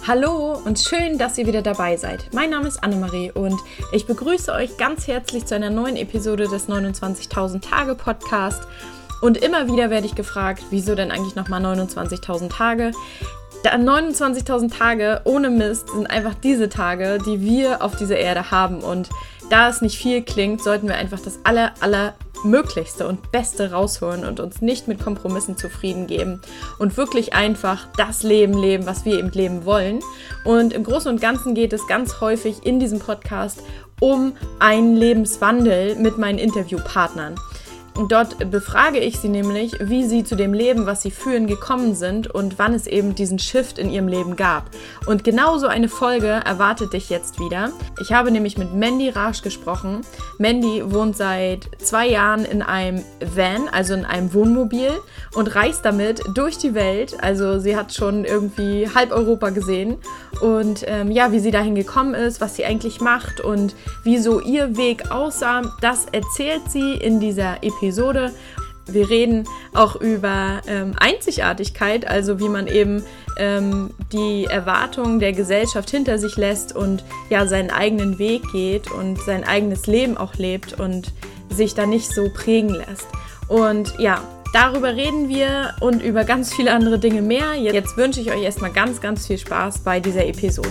Hallo und schön, dass ihr wieder dabei seid. Mein Name ist Annemarie und ich begrüße euch ganz herzlich zu einer neuen Episode des 29.000 Tage Podcast. Und immer wieder werde ich gefragt, wieso denn eigentlich nochmal 29.000 Tage? 29.000 Tage ohne Mist sind einfach diese Tage, die wir auf dieser Erde haben. Und da es nicht viel klingt, sollten wir einfach das Möglichste und Beste rausholen und uns nicht mit Kompromissen zufrieden geben und wirklich einfach das Leben leben, was wir eben leben wollen. Und im Großen und Ganzen geht es ganz häufig in diesem Podcast um einen Lebenswandel mit meinen Interviewpartnern. Und dort befrage ich sie nämlich, wie sie zu dem Leben, was sie führen, gekommen sind und wann es eben diesen Shift in ihrem Leben gab. Und genau so eine Folge erwartet dich jetzt wieder. Ich habe nämlich mit Mandy Rasch gesprochen. Mandy wohnt seit 2 Jahren in einem Van, also in einem Wohnmobil und reist damit durch die Welt. Also sie hat schon irgendwie halb Europa gesehen. Und wie sie dahin gekommen ist, was sie eigentlich macht und wie so ihr Weg aussah, das erzählt sie in dieser Episode. Wir reden auch über Einzigartigkeit, also wie man eben die Erwartungen der Gesellschaft hinter sich lässt und ja seinen eigenen Weg geht und sein eigenes Leben auch lebt und sich da nicht so prägen lässt. Und ja, darüber reden wir und über ganz viele andere Dinge mehr. Jetzt wünsche ich euch erstmal ganz, ganz viel Spaß bei dieser Episode.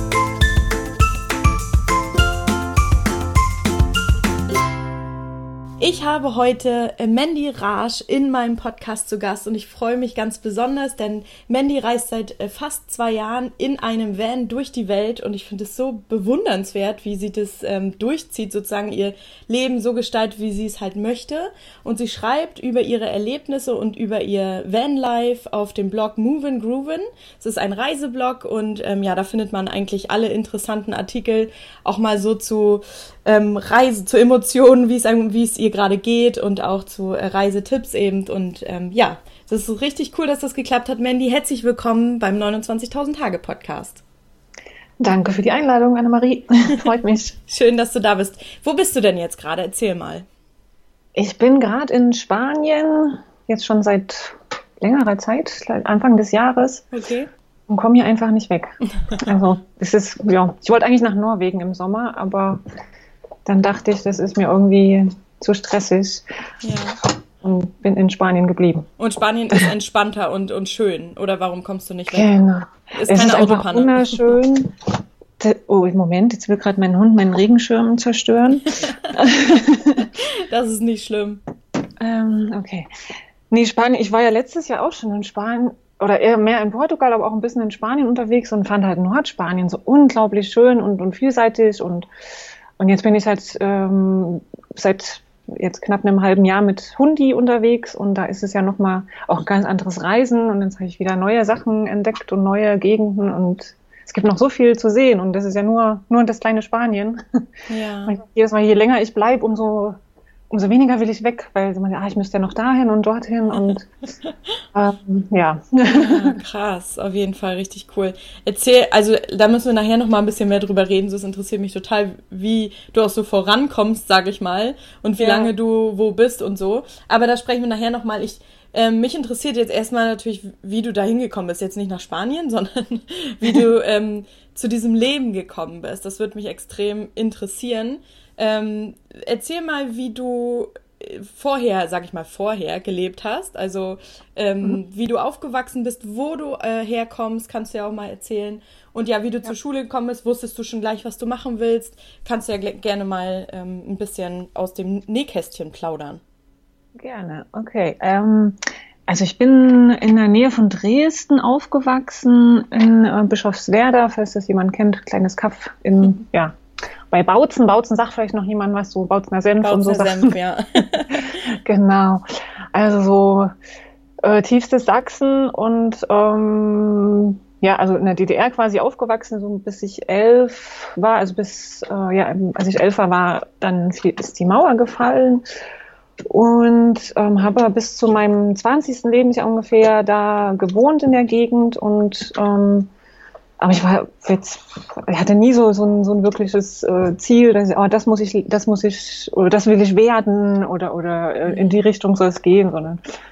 Ich habe heute Mandy Rasch in meinem Podcast zu Gast und ich freue mich ganz besonders, denn Mandy reist seit fast 2 Jahren in einem Van durch die Welt und ich finde es so bewundernswert, wie sie das durchzieht, sozusagen ihr Leben so gestaltet, wie sie es halt möchte. Und sie schreibt über ihre Erlebnisse und über ihr Vanlife auf dem Blog Movin' Groovin'. Es ist ein Reiseblog und da findet man eigentlich alle interessanten Artikel, auch mal so zu Reise, zu Emotionen, wie es ihr gerade geht und auch zu Reisetipps eben. Und das ist richtig cool, dass das geklappt hat. Mandy, herzlich willkommen beim 29.000 Tage Podcast. Danke für die Einladung, Annemarie. Freut mich. Schön, dass du da bist. Wo bist du denn jetzt gerade? Erzähl mal. Ich bin gerade in Spanien, jetzt schon seit längerer Zeit, Anfang des Jahres. Okay. Und komme hier einfach nicht weg. Also ich wollte eigentlich nach Norwegen im Sommer, aber dann dachte ich, das ist mir irgendwie zu stressig. Ja. Und bin in Spanien geblieben. Und Spanien ist entspannter und schön. Oder warum kommst du nicht weg? Genau. Es ist einfach wunderschön. Oh, Moment, jetzt will gerade mein Hund meinen Regenschirm zerstören. Das ist nicht schlimm. Okay. Nee, Spanien, ich war ja letztes Jahr auch schon in Spanien. Oder eher mehr in Portugal, aber auch ein bisschen in Spanien unterwegs und fand halt Nordspanien so unglaublich schön und vielseitig und jetzt bin ich seit jetzt knapp einem halben Jahr mit Hundi unterwegs und da ist es ja nochmal auch ein ganz anderes Reisen und jetzt habe ich wieder neue Sachen entdeckt und neue Gegenden und es gibt noch so viel zu sehen und das ist ja nur das kleine Spanien. Ja. Und jedes Mal, je länger ich bleibe, umso weniger will ich weg, weil man ich müsste ja noch dahin und dorthin und ja. Krass, auf jeden Fall richtig cool. Erzähl, also da müssen wir nachher noch mal ein bisschen mehr drüber reden, so es interessiert mich total, wie du auch so vorankommst, sag ich mal, und wie lange du wo bist und so. Aber da sprechen wir nachher noch mal. Mich interessiert jetzt erstmal natürlich, wie du da hingekommen bist, jetzt nicht nach Spanien, sondern wie du zu diesem Leben gekommen bist. Das würde mich extrem interessieren. Erzähl mal, wie du vorher gelebt hast, also wie du aufgewachsen bist, wo du herkommst, kannst du ja auch mal erzählen. Und ja, wie du zur Schule gekommen bist, wusstest du schon gleich, was du machen willst, kannst du ja gerne mal ein bisschen aus dem Nähkästchen plaudern. Gerne, okay. Also ich bin in der Nähe von Dresden aufgewachsen, in Bischofswerda, falls das jemand kennt, kleines Kaff bei Bautzen. Bautzen sagt vielleicht noch jemand was, so Bautzener Senf und so Sachen. Senf, ja. Genau. Also so tiefstes Sachsen und also in der DDR quasi aufgewachsen, so bis ich 11 war, also als ich 11 war, dann ist die Mauer gefallen und habe bis zu meinem 20. Lebensjahr ungefähr da gewohnt in der Gegend und aber ich hatte nie so ein wirkliches Ziel, dass das will ich werden oder in die Richtung soll es gehen, sondern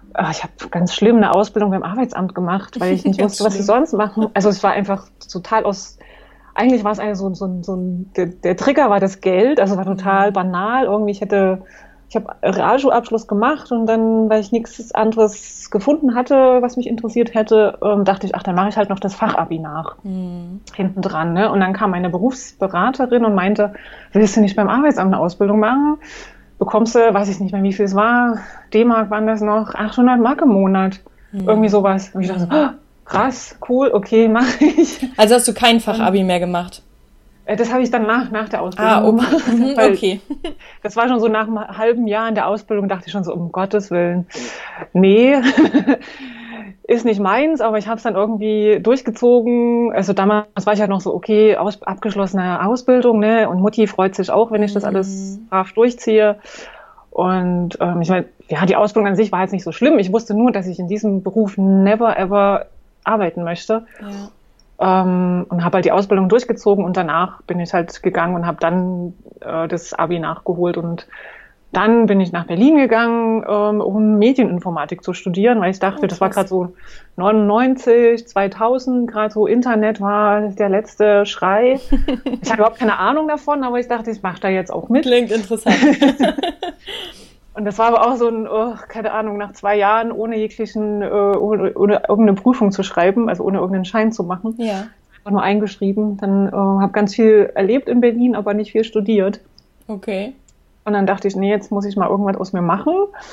ich habe ganz schlimm eine Ausbildung beim Arbeitsamt gemacht, weil ich nicht wusste, was ich sonst machen. Also es war einfach total eigentlich war es eigentlich der Trigger war das Geld, also war total banal. Irgendwie ich habe Realschulabschluss gemacht und dann, weil ich nichts anderes gefunden hatte, was mich interessiert hätte, dachte ich, dann mache ich halt noch das Fachabi nach, hinten dran. Ne? Und dann kam meine Berufsberaterin und meinte, willst du nicht beim Arbeitsamt eine Ausbildung machen? Bekommst du, weiß ich nicht mehr, wie viel es war, D-Mark waren das noch, 800 Mark im Monat, irgendwie sowas. Und ich dachte so, krass, cool, okay, mache ich. Also hast du kein Fachabi mehr gemacht? Das habe ich dann nach der Ausbildung gemacht. Okay. Das war schon so nach einem halben Jahr in der Ausbildung, dachte ich schon so, um Gottes Willen, nee, ist nicht meins, aber ich habe es dann irgendwie durchgezogen. Also damals war ich halt noch so, okay, abgeschlossene Ausbildung, ne? Und Mutti freut sich auch, wenn ich das alles brav durchziehe. Und ich meine, ja, die Ausbildung an sich war jetzt nicht so schlimm. Ich wusste nur, dass ich in diesem Beruf never ever arbeiten möchte. Ja. Und habe halt die Ausbildung durchgezogen und danach bin ich halt gegangen und habe dann das Abi nachgeholt und dann bin ich nach Berlin gegangen, um Medieninformatik zu studieren, weil ich dachte, das war gerade so 99, 2000, gerade so Internet war der letzte Schrei. Ich hatte überhaupt keine Ahnung davon, aber ich dachte, ich mache da jetzt auch mit. Klingt interessant. Und das war aber auch so keine Ahnung, nach 2 Jahren ohne ohne irgendeine Prüfung zu schreiben, also ohne irgendeinen Schein zu machen. Ja. Einfach nur eingeschrieben. Dann habe ganz viel erlebt in Berlin, aber nicht viel studiert. Okay. Und dann dachte ich, nee, jetzt muss ich mal irgendwas aus mir machen.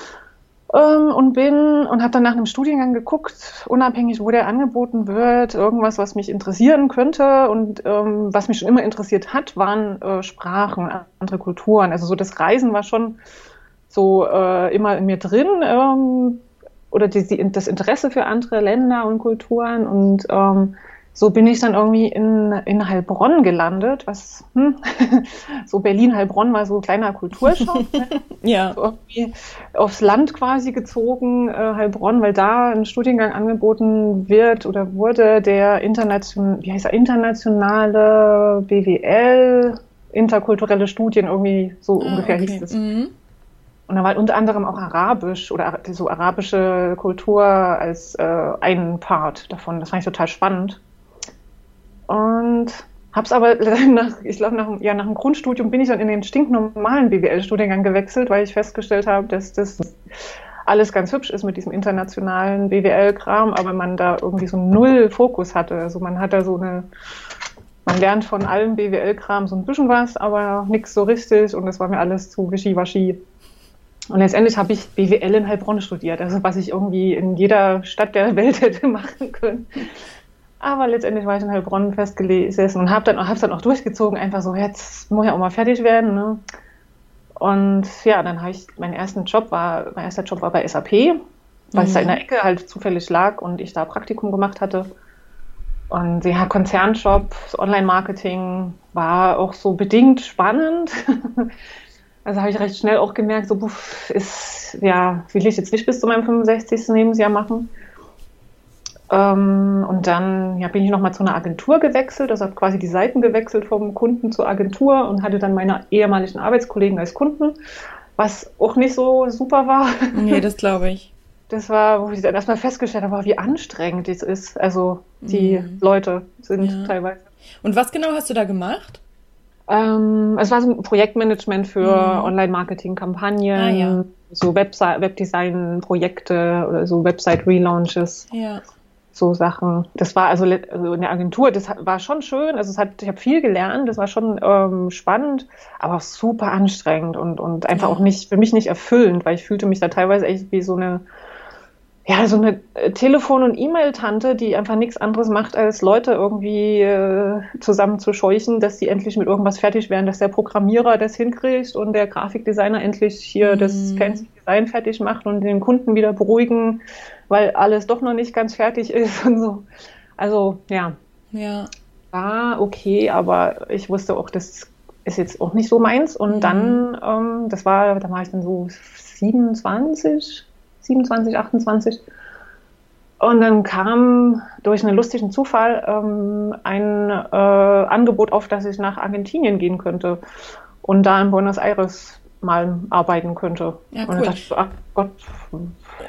Und habe dann nach einem Studiengang geguckt, unabhängig, wo der angeboten wird, irgendwas, was mich interessieren könnte. Und was mich schon immer interessiert hat, waren Sprachen, andere Kulturen. Also so das Reisen war schon so immer in mir drin, oder das Interesse für andere Länder und Kulturen. Und so bin ich dann irgendwie in Heilbronn gelandet, so Berlin-Heilbronn war so ein kleiner Kulturschock. Ne? Ja. So irgendwie aufs Land quasi gezogen, Heilbronn, weil da ein Studiengang angeboten wird oder wurde, der internationale BWL, interkulturelle Studien, irgendwie so ungefähr hieß es. Mhm. Und da war unter anderem auch Arabisch oder so arabische Kultur als ein Part davon. Das fand ich total spannend. Und habe es aber nach dem Grundstudium bin ich dann in den stinknormalen BWL-Studiengang gewechselt, weil ich festgestellt habe, dass das alles ganz hübsch ist mit diesem internationalen BWL-Kram, aber man da irgendwie so null Fokus hatte. Also man hat da man lernt von allem BWL-Kram so ein bisschen was, aber nichts so richtig und das war mir alles zu wischiwaschi. Und letztendlich habe ich BWL in Heilbronn studiert, also was ich irgendwie in jeder Stadt der Welt hätte machen können. Aber letztendlich war ich in Heilbronn festgesessen und habe es dann auch durchgezogen, einfach so, jetzt muss ich auch mal fertig werden. Ne? Und ja, dann habe ich, mein erster Job war bei SAP, weil es da in der Ecke halt zufällig lag und ich da Praktikum gemacht hatte. Und ja, Konzernjob, Online-Marketing war auch so bedingt spannend. Also habe ich recht schnell auch gemerkt, so will ich jetzt nicht bis zu meinem 65. Lebensjahr machen. Und dann bin ich nochmal zu einer Agentur gewechselt, also habe quasi die Seiten gewechselt vom Kunden zur Agentur und hatte dann meine ehemaligen Arbeitskollegen als Kunden, was auch nicht so super war. Nee, das glaube ich. Das war, wo ich dann erstmal festgestellt habe, wie anstrengend das ist. Also die Leute sind teilweise. Und was genau hast du da gemacht? Es war so ein Projektmanagement für Online-Marketing-Kampagnen, so Webdesign-Projekte oder so Website-Relaunches. Ja. So Sachen. Das war also in der Agentur, das war schon schön. Also ich habe viel gelernt, das war schon spannend, aber auch super anstrengend und einfach auch nicht, für mich nicht erfüllend, weil ich fühlte mich da teilweise echt wie so eine Telefon- und E-Mail-Tante, die einfach nichts anderes macht, als Leute irgendwie zusammen zu scheuchen, dass die endlich mit irgendwas fertig werden, dass der Programmierer das hinkriegt und der Grafikdesigner endlich hier das fancy Design fertig macht und den Kunden wieder beruhigen, weil alles doch noch nicht ganz fertig ist und so. Also, ja. War okay, aber ich wusste auch, das ist jetzt auch nicht so meins. Und dann, da war ich dann so 27, 28. Und dann kam durch einen lustigen Zufall ein Angebot auf, dass ich nach Argentinien gehen könnte und da in Buenos Aires mal arbeiten könnte. Ja, cool. Und dann dachte ich so, ach Gott,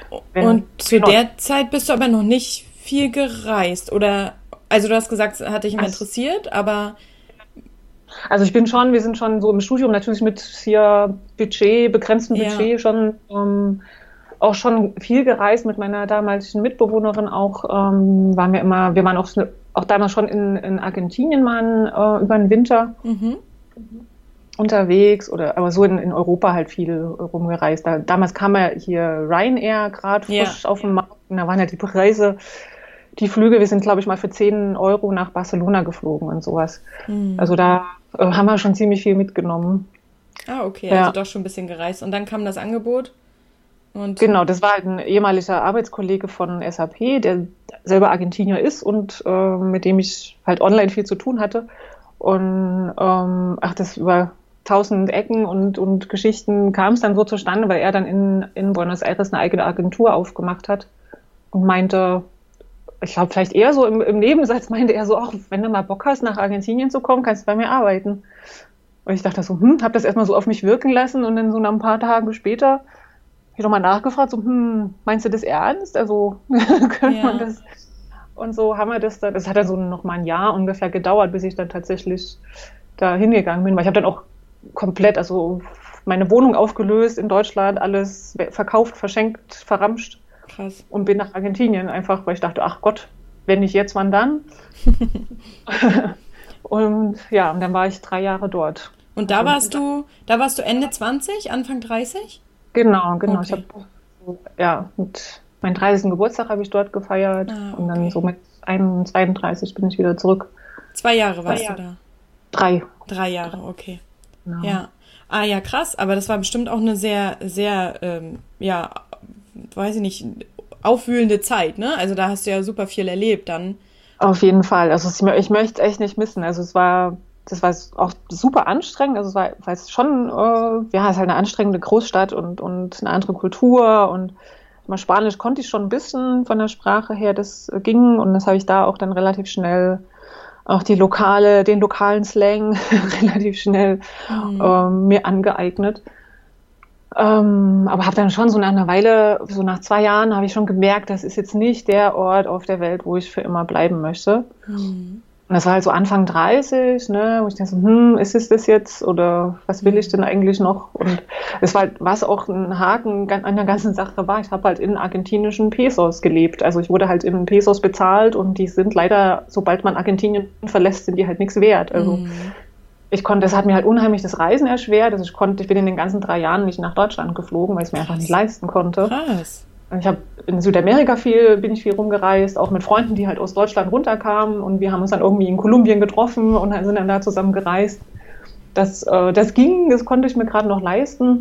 Und zu der Zeit bist du aber noch nicht viel gereist, oder? Also du hast gesagt, es hat dich immer interessiert, aber... Also wir sind schon so im Studium natürlich mit hier begrenztem Budget schon auch schon viel gereist mit meiner damaligen Mitbewohnerin auch. Wir waren auch damals schon in Argentinien mal über den Winter unterwegs, aber so in Europa halt viel rumgereist. Damals kam ja hier Ryanair gerade frisch auf den Markt und da waren ja die Preise, die Flüge, wir sind glaube ich mal für 10 Euro nach Barcelona geflogen und sowas. Also da haben wir schon ziemlich viel mitgenommen. Ah, okay, also doch schon ein bisschen gereist. Und dann kam das Angebot? Und genau, das war halt ein ehemaliger Arbeitskollege von SAP, der selber Argentinier ist und mit dem ich halt online viel zu tun hatte. Und das über 1000 Ecken und Geschichten kam es dann so zustande, weil er dann in Buenos Aires eine eigene Agentur aufgemacht hat und meinte, ich glaube vielleicht eher so im Nebensatz meinte er so, ach, wenn du mal Bock hast, nach Argentinien zu kommen, kannst du bei mir arbeiten. Und ich dachte so, habe das erstmal so auf mich wirken lassen und dann so nach ein paar Tagen später habe ich nochmal nachgefragt, so, meinst du das ernst? Also könnte man das? Und so haben wir das dann, das hat dann so noch mal ein Jahr ungefähr gedauert, bis ich dann tatsächlich da hingegangen bin, weil ich habe dann auch komplett, also meine Wohnung aufgelöst in Deutschland, alles verkauft, verschenkt, verramscht. Krass. Und bin nach Argentinien einfach, weil ich dachte, ach Gott, wenn nicht jetzt, wann dann? Und dann war ich 3 Jahre dort. Und da warst du Ende 20, Anfang 30? Genau. Okay. Ich habe mit meinem 30. Geburtstag habe ich dort gefeiert und dann so mit 32 bin ich wieder zurück. 2 Jahre warst du da? 3. 3 Jahre, okay. Genau. Ja. Ah ja, krass, aber das war bestimmt auch eine sehr, sehr, weiß ich nicht, aufwühlende Zeit, ne? Also da hast du ja super viel erlebt dann. Auf jeden Fall. Also ich möchte es echt nicht missen. Also das war auch super anstrengend. Also weil es schon, es ist halt eine anstrengende Großstadt und eine andere Kultur und mal Spanisch konnte ich schon ein bisschen von der Sprache her, das ging und das habe ich da auch dann relativ schnell auch den lokalen Slang relativ schnell mir angeeignet. Aber habe dann schon so nach einer Weile, so nach 2 Jahren, habe ich schon gemerkt, das ist jetzt nicht der Ort auf der Welt, wo ich für immer bleiben möchte. Und das war halt so Anfang 30, ne, wo ich dachte so, ist es das jetzt oder was will ich denn eigentlich noch? Und es war halt, was auch ein Haken an der ganzen Sache war, ich habe halt in argentinischen Pesos gelebt. Also ich wurde halt in Pesos bezahlt und die sind leider, sobald man Argentinien verlässt, sind die halt nichts wert. Also das hat mir halt unheimlich das Reisen erschwert. Also ich bin in den ganzen 3 Jahren nicht nach Deutschland geflogen, weil ich es mir einfach nicht leisten konnte. Krass. Ich habe in Südamerika bin ich viel rumgereist, auch mit Freunden, die halt aus Deutschland runterkamen und wir haben uns dann irgendwie in Kolumbien getroffen und sind dann da zusammen gereist. Das ging, das konnte ich mir gerade noch leisten,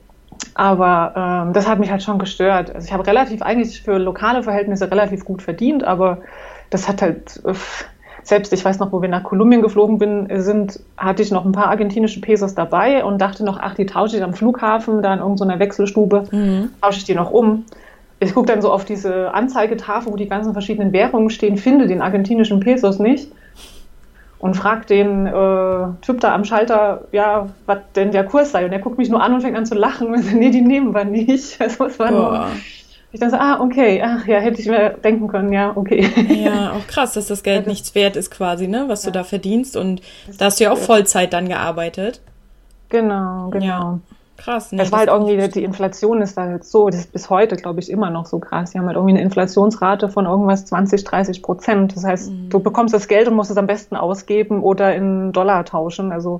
aber das hat mich halt schon gestört. Also ich habe eigentlich für lokale Verhältnisse relativ gut verdient, aber das hat halt, selbst ich weiß noch, wo wir nach Kolumbien geflogen hatte ich noch ein paar argentinische Pesos dabei und dachte noch, ach, die tausche ich am Flughafen, da in irgendeiner Wechselstube, tausche ich die noch um. Ich gucke dann so auf diese Anzeigetafel, wo die ganzen verschiedenen Währungen stehen, finde den argentinischen Pesos nicht und frage den Typ da am Schalter, ja, was denn der Kurs sei. Und der guckt mich nur an und fängt an zu lachen und sagt, nee, die nehmen wir nicht. Also es war nur, ich dachte so, okay, ach ja, hätte ich mir denken können, ja, okay. Ja, auch krass, dass das Geld nichts wert ist quasi, ne, was du da verdienst und da hast du ja auch Vollzeit dann gearbeitet. Genau. Ja. Krass. Ne, das war halt irgendwie, die Inflation ist da jetzt so, das ist bis heute, glaube ich, immer noch so krass. Die haben halt irgendwie eine Inflationsrate von irgendwas 20-30%. Das heißt, du bekommst das Geld und musst es am besten ausgeben oder in Dollar tauschen. Also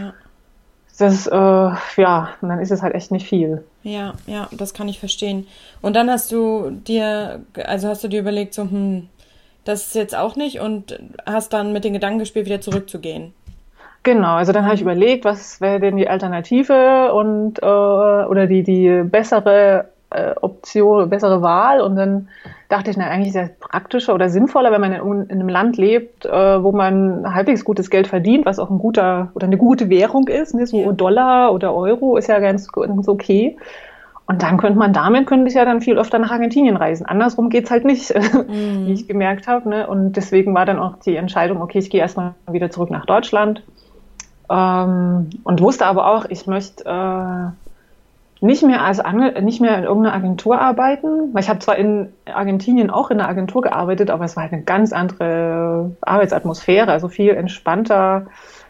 das, und dann ist es halt echt nicht viel. Ja, das kann ich verstehen. Und dann hast du dir überlegt, so, das ist jetzt auch nicht und hast dann mit den Gedanken gespielt, wieder zurückzugehen. Genau, also dann habe ich überlegt, was wäre denn die Alternative und oder die bessere Option, bessere Wahl und dann dachte ich, eigentlich ist es praktischer oder sinnvoller, wenn man in einem Land lebt, wo man halbwegs gutes Geld verdient, was auch eine gute Währung ist, ne? So Dollar oder Euro ist ja ganz okay. Und dann könnte ich ja dann viel öfter nach Argentinien reisen. Andersrum geht's halt nicht, wie ich gemerkt habe, ne? Und deswegen war dann auch die Entscheidung, okay, ich gehe erstmal wieder zurück nach Deutschland. Und wusste aber auch, ich möchte nicht mehr in irgendeiner Agentur arbeiten, weil ich habe zwar in Argentinien auch in einer Agentur gearbeitet, aber es war halt eine ganz andere Arbeitsatmosphäre, also viel entspannter,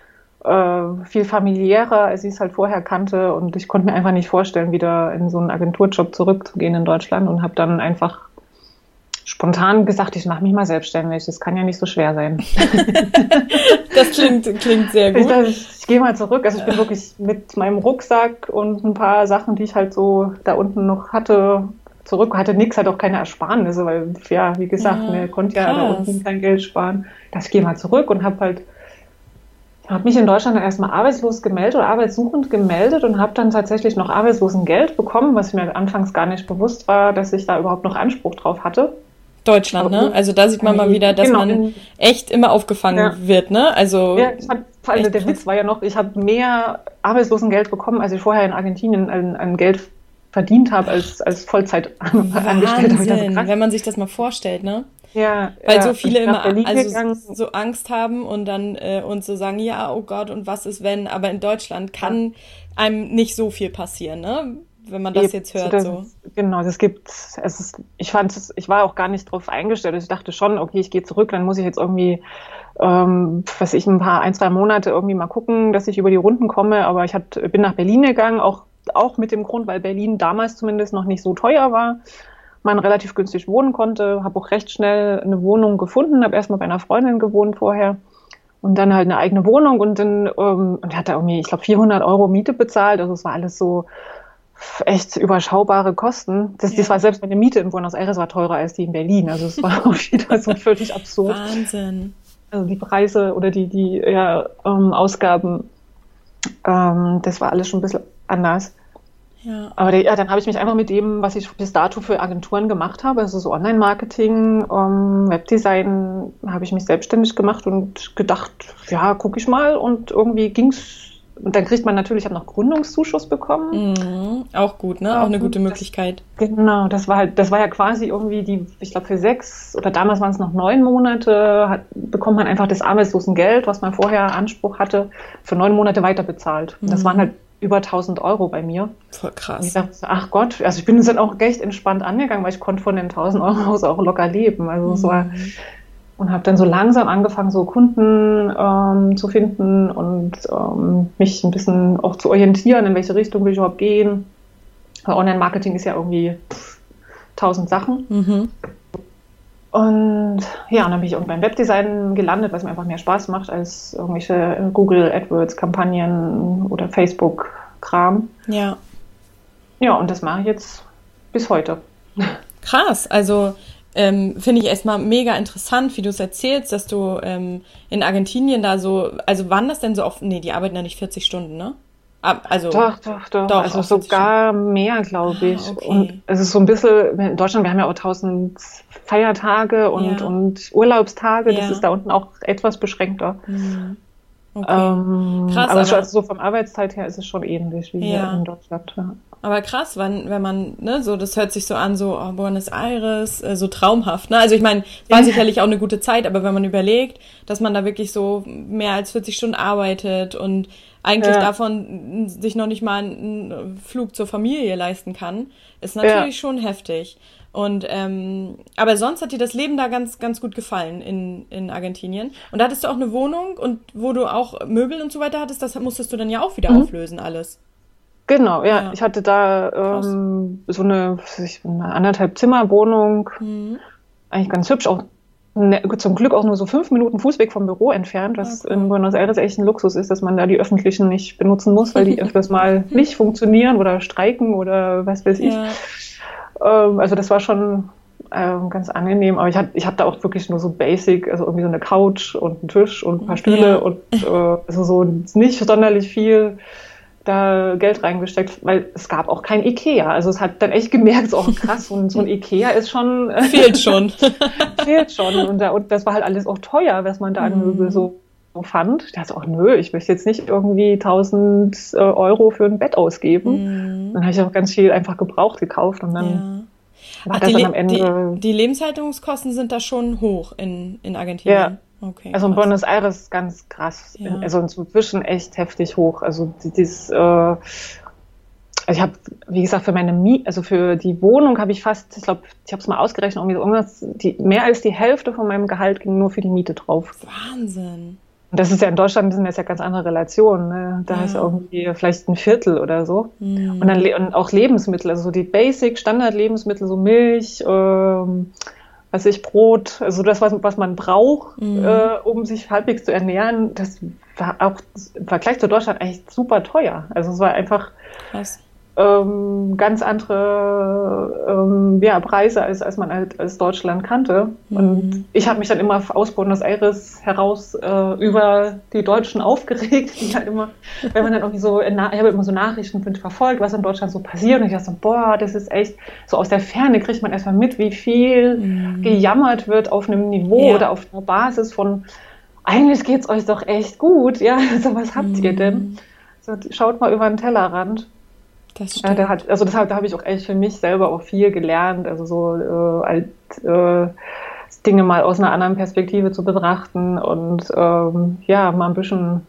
viel familiärer, als ich es halt vorher kannte, und ich konnte mir einfach nicht vorstellen, wieder in so einen Agenturjob zurückzugehen in Deutschland, und habe dann einfach spontan gesagt, ich mache mich mal selbstständig, das kann ja nicht so schwer sein. Das klingt sehr gut. Ich gehe mal zurück, also ich bin wirklich mit meinem Rucksack und ein paar Sachen, die ich halt so da unten noch hatte, zurück, hatte nichts, hatte auch keine Ersparnisse, weil, ja, wie gesagt, mir konnte ja da unten kein Geld sparen. Ich gehe mal zurück und habe mich in Deutschland dann erstmal arbeitslos gemeldet oder arbeitssuchend gemeldet und habe dann tatsächlich noch Arbeitslosengeld bekommen, was mir anfangs gar nicht bewusst war, dass ich da überhaupt noch Anspruch drauf hatte. Deutschland, ne? Also da sieht man mal wieder, dass man echt immer aufgefangen wird, ne? Also vor allem der Witz war ja noch, ich habe mehr Arbeitslosengeld bekommen, als ich vorher in Argentinien an Geld verdient habe als Vollzeitangestellter. Wenn man sich das mal vorstellt, ne? Ja, weil so viele immer so Angst haben und dann und so sagen, ja, oh Gott, und was ist wenn? Aber in Deutschland kann einem nicht so viel passieren, ne? Wenn man das jetzt hört. Genau, ich war auch gar nicht drauf eingestellt. Ich dachte schon, okay, ich gehe zurück, dann muss ich jetzt irgendwie, ein, 2 Monate irgendwie mal gucken, dass ich über die Runden komme. Aber bin nach Berlin gegangen, auch mit dem Grund, weil Berlin damals zumindest noch nicht so teuer war. Man relativ günstig wohnen konnte, habe auch recht schnell eine Wohnung gefunden, habe erstmal bei einer Freundin gewohnt vorher und dann halt eine eigene Wohnung und dann und hatte irgendwie, ich glaube, 400 € Miete bezahlt. Also es war alles so echt überschaubare Kosten. Das war selbst meine Miete in Buenos Aires war teurer als die in Berlin. Also es war auch wieder so völlig absurd. Wahnsinn. Also die Preise oder die Ausgaben, das war alles schon ein bisschen anders. Ja. Aber dann habe ich mich einfach mit dem, was ich bis dato für Agenturen gemacht habe, also so Online-Marketing, Webdesign, habe ich mich selbstständig gemacht und gedacht, ja, gucke ich mal, und irgendwie ging's. Und dann kriegt man natürlich, ich habe noch Gründungszuschuss bekommen. Mhm. Auch gut, ne? Auch eine gute Möglichkeit. Genau, das war ja quasi irgendwie ich glaube für 6 oder damals waren es noch 9 Monate, bekommt man einfach das Arbeitslosengeld, was man vorher Anspruch hatte, für 9 Monate weiter bezahlt. Und das waren halt über 1.000 € bei mir. Voll krass. Und ich dachte, ach Gott, also ich bin dann auch echt entspannt angegangen, weil ich konnte von den 1.000 € aus auch locker leben. Also es war, und habe dann so langsam angefangen, so Kunden zu finden und mich ein bisschen auch zu orientieren, in welche Richtung will ich überhaupt gehen. Weil Online-Marketing ist ja irgendwie 1000 Sachen. Mhm. Und ja, und dann bin ich auch beim Webdesign gelandet, was mir einfach mehr Spaß macht als irgendwelche Google AdWords-Kampagnen oder Facebook-Kram. Ja. Ja, und das mache ich jetzt bis heute. Krass, also finde ich erstmal mega interessant, wie du es erzählst, dass du in Argentinien da so, also waren das denn so oft, nee, die arbeiten ja nicht 40 Stunden, ne? Also, doch. Also sogar mehr, glaube ich. Okay. Und es ist so ein bisschen, in Deutschland, wir haben ja auch 1000 Feiertage und Urlaubstage, das ist da unten auch etwas beschränkter. Okay. Krass, aber also so vom Arbeitszeit her ist es schon ähnlich wie hier in Deutschland. Ja. Aber krass, wenn man, ne, so, das hört sich so an, so Buenos Aires, so traumhaft, ne? Also ich meine, war sicherlich auch eine gute Zeit, aber wenn man überlegt, dass man da wirklich so mehr als 40 Stunden arbeitet und eigentlich davon sich noch nicht mal einen Flug zur Familie leisten kann, ist natürlich schon heftig. Und aber sonst hat dir das Leben da ganz, ganz gut gefallen in Argentinien. Und da hattest du auch eine Wohnung, und wo du auch Möbel und so weiter hattest, das musstest du dann ja auch wieder auflösen, alles. Genau, ja. Ich hatte da so eine 1,5 Zimmer-Wohnung, eigentlich ganz hübsch, auch zum Glück auch nur so 5 Minuten Fußweg vom Büro entfernt, was in Buenos Aires echt ein Luxus ist, dass man da die öffentlichen nicht benutzen muss, weil die öfters mal nicht funktionieren oder streiken oder was weiß ich. Also das war schon ganz angenehm, aber ich hab da auch wirklich nur so basic, also irgendwie so eine Couch und einen Tisch und ein paar Stühle und also so nicht sonderlich viel da Geld reingesteckt, weil es gab auch kein Ikea. Also es hat dann echt gemerkt, so krass, so ein Ikea ist schon... Fehlt schon. Fehlt schon. Und das war halt alles auch teuer, was man da an Möbel so fand. Ich dachte auch, nö, ich möchte jetzt nicht irgendwie 1.000 € für ein Bett ausgeben. Dann habe ich auch ganz viel einfach gebraucht gekauft und dann war das dann am Ende... Die Lebenshaltungskosten sind da schon hoch in Argentinien. Ja. Okay, also in Buenos Aires ganz krass, also inzwischen echt heftig hoch. Also Also ich habe, wie gesagt, für meine also für die Wohnung habe ich fast, ich glaube, ich habe es mal ausgerechnet, irgendwie so irgendwas, mehr als die Hälfte von meinem Gehalt ging nur für die Miete drauf. Wahnsinn. Und das ist ja in Deutschland, sind das ja ganz andere Relationen. Ne? Da ist Ja. irgendwie vielleicht ein Viertel oder so. Mhm. Und dann und auch Lebensmittel, also so die Basic Standard-Lebensmittel, so Milch, weiß ich, Brot, also das, was man braucht, um sich halbwegs zu ernähren, das war auch im Vergleich zu Deutschland echt super teuer. Also es war einfach Krass. ganz andere Preise, als man halt als Deutschland kannte. Und ich habe mich dann immer aus Buenos Aires heraus über die Deutschen aufgeregt, die halt immer, wenn man dann irgendwie so, ich habe immer so Nachrichten verfolgt, was in Deutschland so passiert, und ich dachte so, boah, das ist echt, so aus der Ferne kriegt man erstmal mit, wie viel gejammert wird auf einem Niveau oder auf einer Basis von, eigentlich geht's euch doch echt gut, ja, so was habt ihr denn? So, schaut mal über den Tellerrand. Das stimmt. Also deshalb, da habe ich auch echt für mich selber auch viel gelernt, also so Dinge mal aus einer anderen Perspektive zu betrachten und mal ein bisschen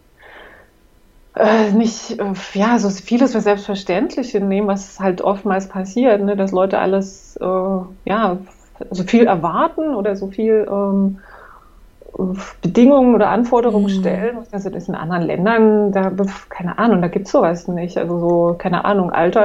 nicht so vieles für selbstverständlich nehmen, was halt oftmals passiert, ne, dass Leute alles so viel erwarten oder so viel Bedingungen oder Anforderungen stellen. Also das in anderen Ländern, keine Ahnung, da gibt's sowas nicht. Also so, keine Ahnung,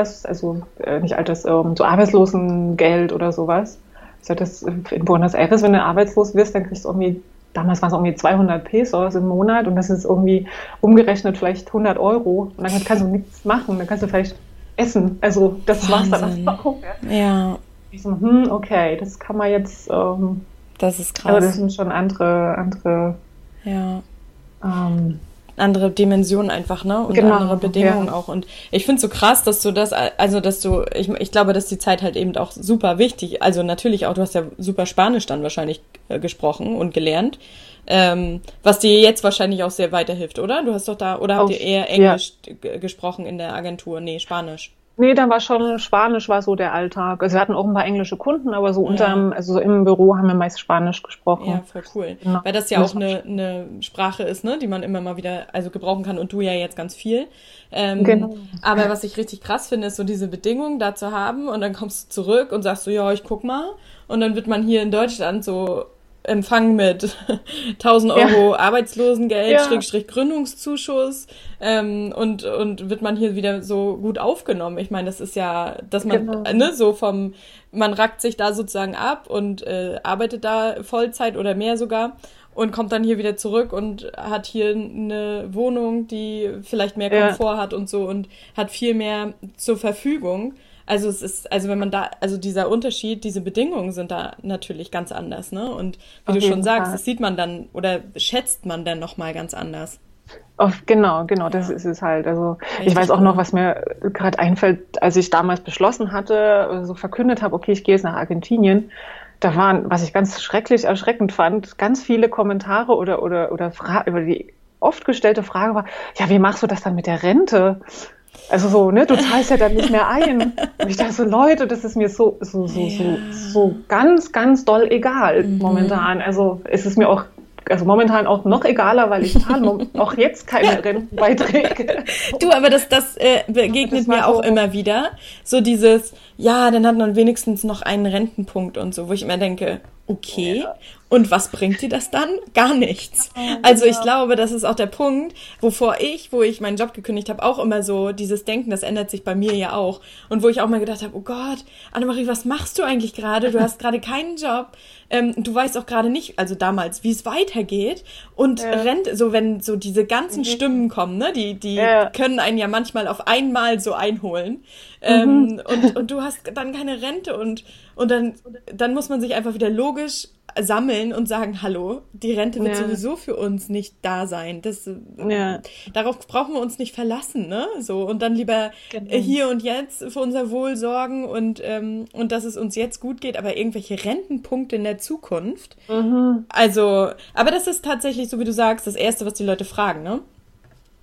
so Arbeitslosengeld oder sowas. Also das in Buenos Aires, wenn du arbeitslos wirst, dann kriegst du irgendwie, damals waren es irgendwie 200 Pesos im Monat, und das ist irgendwie umgerechnet vielleicht 100 Euro. Und dann kannst du nichts machen, dann kannst du vielleicht essen. Also das war's dann auch. Ja. Ich so, okay, das kann man jetzt... das ist krass. Also das sind schon andere andere Dimensionen einfach, ne? Und andere Bedingungen auch. Und ich finde es so krass, dass du das, also ich glaube, dass die Zeit halt eben auch super wichtig, also natürlich auch, du hast ja super Spanisch dann wahrscheinlich gesprochen und gelernt, was dir jetzt wahrscheinlich auch sehr weiterhilft, oder? Du hast doch da, oder habt ihr eher Englisch gesprochen in der Agentur? Nee, Spanisch. Nee, dann war schon Spanisch war so der Alltag. Also wir hatten auch ein paar englische Kunden, aber so so im Büro haben wir meist Spanisch gesprochen. Ja, voll cool. Genau. Weil das ja auch eine Sprache ist, ne, die man immer mal wieder gebrauchen kann, und du ja jetzt ganz viel. Genau. Aber was ich richtig krass finde, ist so diese Bedingungen da zu haben, und dann kommst du zurück und sagst so, ja, ich guck mal, und dann wird man hier in Deutschland so empfangen mit 1.000 Euro Arbeitslosengeld, Gründungszuschuss, und wird man hier wieder so gut aufgenommen. Ich meine, das ist ja, dass man, man rackt sich da sozusagen ab und arbeitet da Vollzeit oder mehr sogar und kommt dann hier wieder zurück und hat hier eine Wohnung, die vielleicht mehr Komfort hat und so, und hat viel mehr zur Verfügung. Also wenn man da, also dieser Unterschied, diese Bedingungen sind da natürlich ganz anders, ne? Und wie du schon sagst, das sieht man dann oder schätzt man dann nochmal ganz anders. Genau, das ist es halt. Also ich weiß auch noch, was mir gerade einfällt, als ich damals beschlossen hatte, so verkündet habe, okay, ich gehe jetzt nach Argentinien. Da waren, was ich ganz schrecklich erschreckend fand, ganz viele Kommentare oder über die oft gestellte Frage war, ja, wie machst du das dann mit der Rente? Also so, ne, du zahlst ja dann nicht mehr ein. Und ich dachte so, Leute, das ist mir so ganz, ganz doll egal momentan. Also es ist mir auch, momentan auch noch egaler, weil ich zahle auch jetzt keine Rentenbeiträge. Du, aber das begegnet mir auch immer wieder. So dieses, ja, dann hat man wenigstens noch einen Rentenpunkt und so, wo ich immer denke, okay, und was bringt dir das dann? Gar nichts. Also ich glaube, das ist auch der Punkt, wo ich meinen Job gekündigt habe, auch immer so dieses Denken, das ändert sich bei mir ja auch. Und wo ich auch mal gedacht habe, oh Gott, Annemarie, was machst du eigentlich gerade? Du hast gerade keinen Job. Du weißt auch gerade nicht, also damals, wie es weitergeht. Und Rente, so wenn so diese ganzen Stimmen kommen, ne, die können einen ja manchmal auf einmal so einholen. Und du hast dann keine Rente und dann muss man sich einfach wieder logisch sammeln und sagen, hallo, die Rente wird sowieso für uns nicht da sein. Darauf brauchen wir uns nicht verlassen, ne? So, und dann lieber hier und jetzt für unser Wohl sorgen und dass es uns jetzt gut geht, aber irgendwelche Rentenpunkte in der Zukunft. Also, aber das ist tatsächlich, so wie du sagst, das Erste, was die Leute fragen, ne?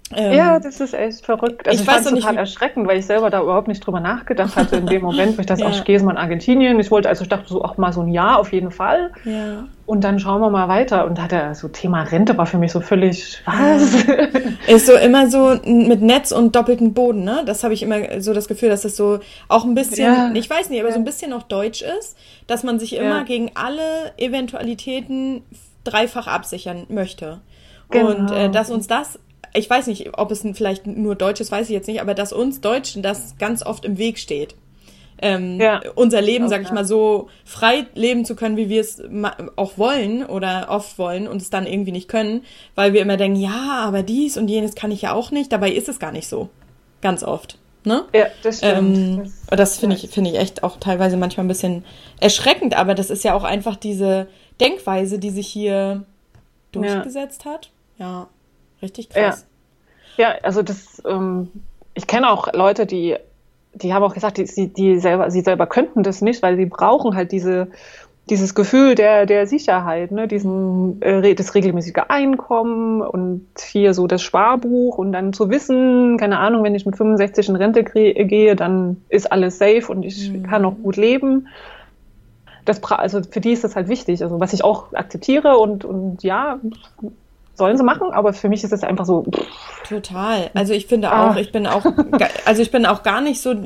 Ja, das ist echt verrückt. Also ich fand es total erschreckend, weil ich selber da überhaupt nicht drüber nachgedacht hatte in dem Moment, wo ich dachte, ich gehe jetzt mal in Argentinien. Ich dachte so, auch mal so ein Jahr auf jeden Fall. Ja. Und dann schauen wir mal weiter. Und so Thema Rente war für mich so völlig, was? Ist so immer so mit Netz und doppeltem Boden, ne? Das habe ich immer so das Gefühl, dass das so auch ein bisschen, ich weiß nicht, aber so ein bisschen noch deutsch ist, dass man sich immer gegen alle Eventualitäten dreifach absichern möchte. Genau. Und dass uns das, ich weiß nicht, ob es vielleicht nur Deutsch ist, weiß ich jetzt nicht, aber dass uns Deutschen das ganz oft im Weg steht. Unser Leben, sag ich mal, so frei leben zu können, wie wir es auch wollen oder oft wollen und es dann irgendwie nicht können, weil wir immer denken, ja, aber dies und jenes kann ich ja auch nicht. Dabei ist es gar nicht so. Ganz oft. Ne? Ja, das stimmt. Das finde ich echt auch teilweise manchmal ein bisschen erschreckend, aber das ist ja auch einfach diese Denkweise, die sich hier durchgesetzt hat. Ja, richtig krass. Ja, also ich kenne auch Leute, die haben auch gesagt, sie selber könnten das nicht, weil sie brauchen halt dieses Gefühl der Sicherheit, ne, das regelmäßige Einkommen und hier so das Sparbuch und dann zu wissen, keine Ahnung, wenn ich mit 65 in Rente gehe, dann ist alles safe und ich kann auch gut leben. Also für die ist das halt wichtig, also was ich auch akzeptiere und ja, sollen sie machen, aber für mich ist es einfach so. Total. Also ich finde auch, ich bin auch gar nicht so,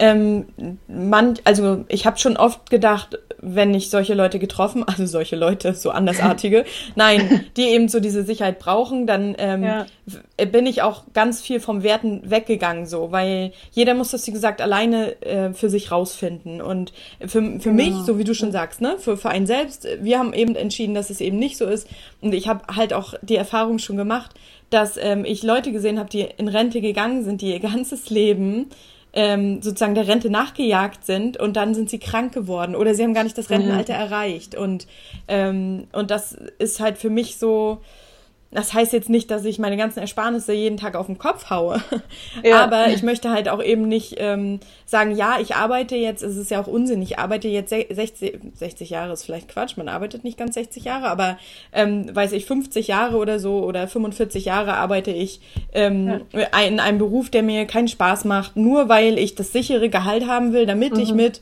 also ich habe schon oft gedacht, wenn ich solche Leute getroffen, also solche Leute, so andersartige, nein, die eben so diese Sicherheit brauchen, dann bin ich auch ganz viel vom Werten weggegangen, so, weil jeder muss das, wie gesagt, alleine für sich rausfinden. Und für mich, so wie du schon sagst, ne, für einen selbst, wir haben eben entschieden, dass es eben nicht so ist. Und ich habe halt auch die Erfahrung schon gemacht, dass ich Leute gesehen habe, die in Rente gegangen sind, die ihr ganzes Leben sozusagen der Rente nachgejagt sind und dann sind sie krank geworden oder sie haben gar nicht das Rentenalter erreicht. Und das ist halt für mich so, das heißt jetzt nicht, dass ich meine ganzen Ersparnisse jeden Tag auf den Kopf haue, aber ich möchte halt auch eben nicht sagen, ja, ich arbeite jetzt, es ist ja auch Unsinn, ich arbeite jetzt 60 Jahre, ist vielleicht Quatsch, man arbeitet nicht ganz 60 Jahre, aber weiß ich, 50 Jahre oder so oder 45 Jahre arbeite ich in einem Beruf, der mir keinen Spaß macht, nur weil ich das sichere Gehalt haben will, damit ich mit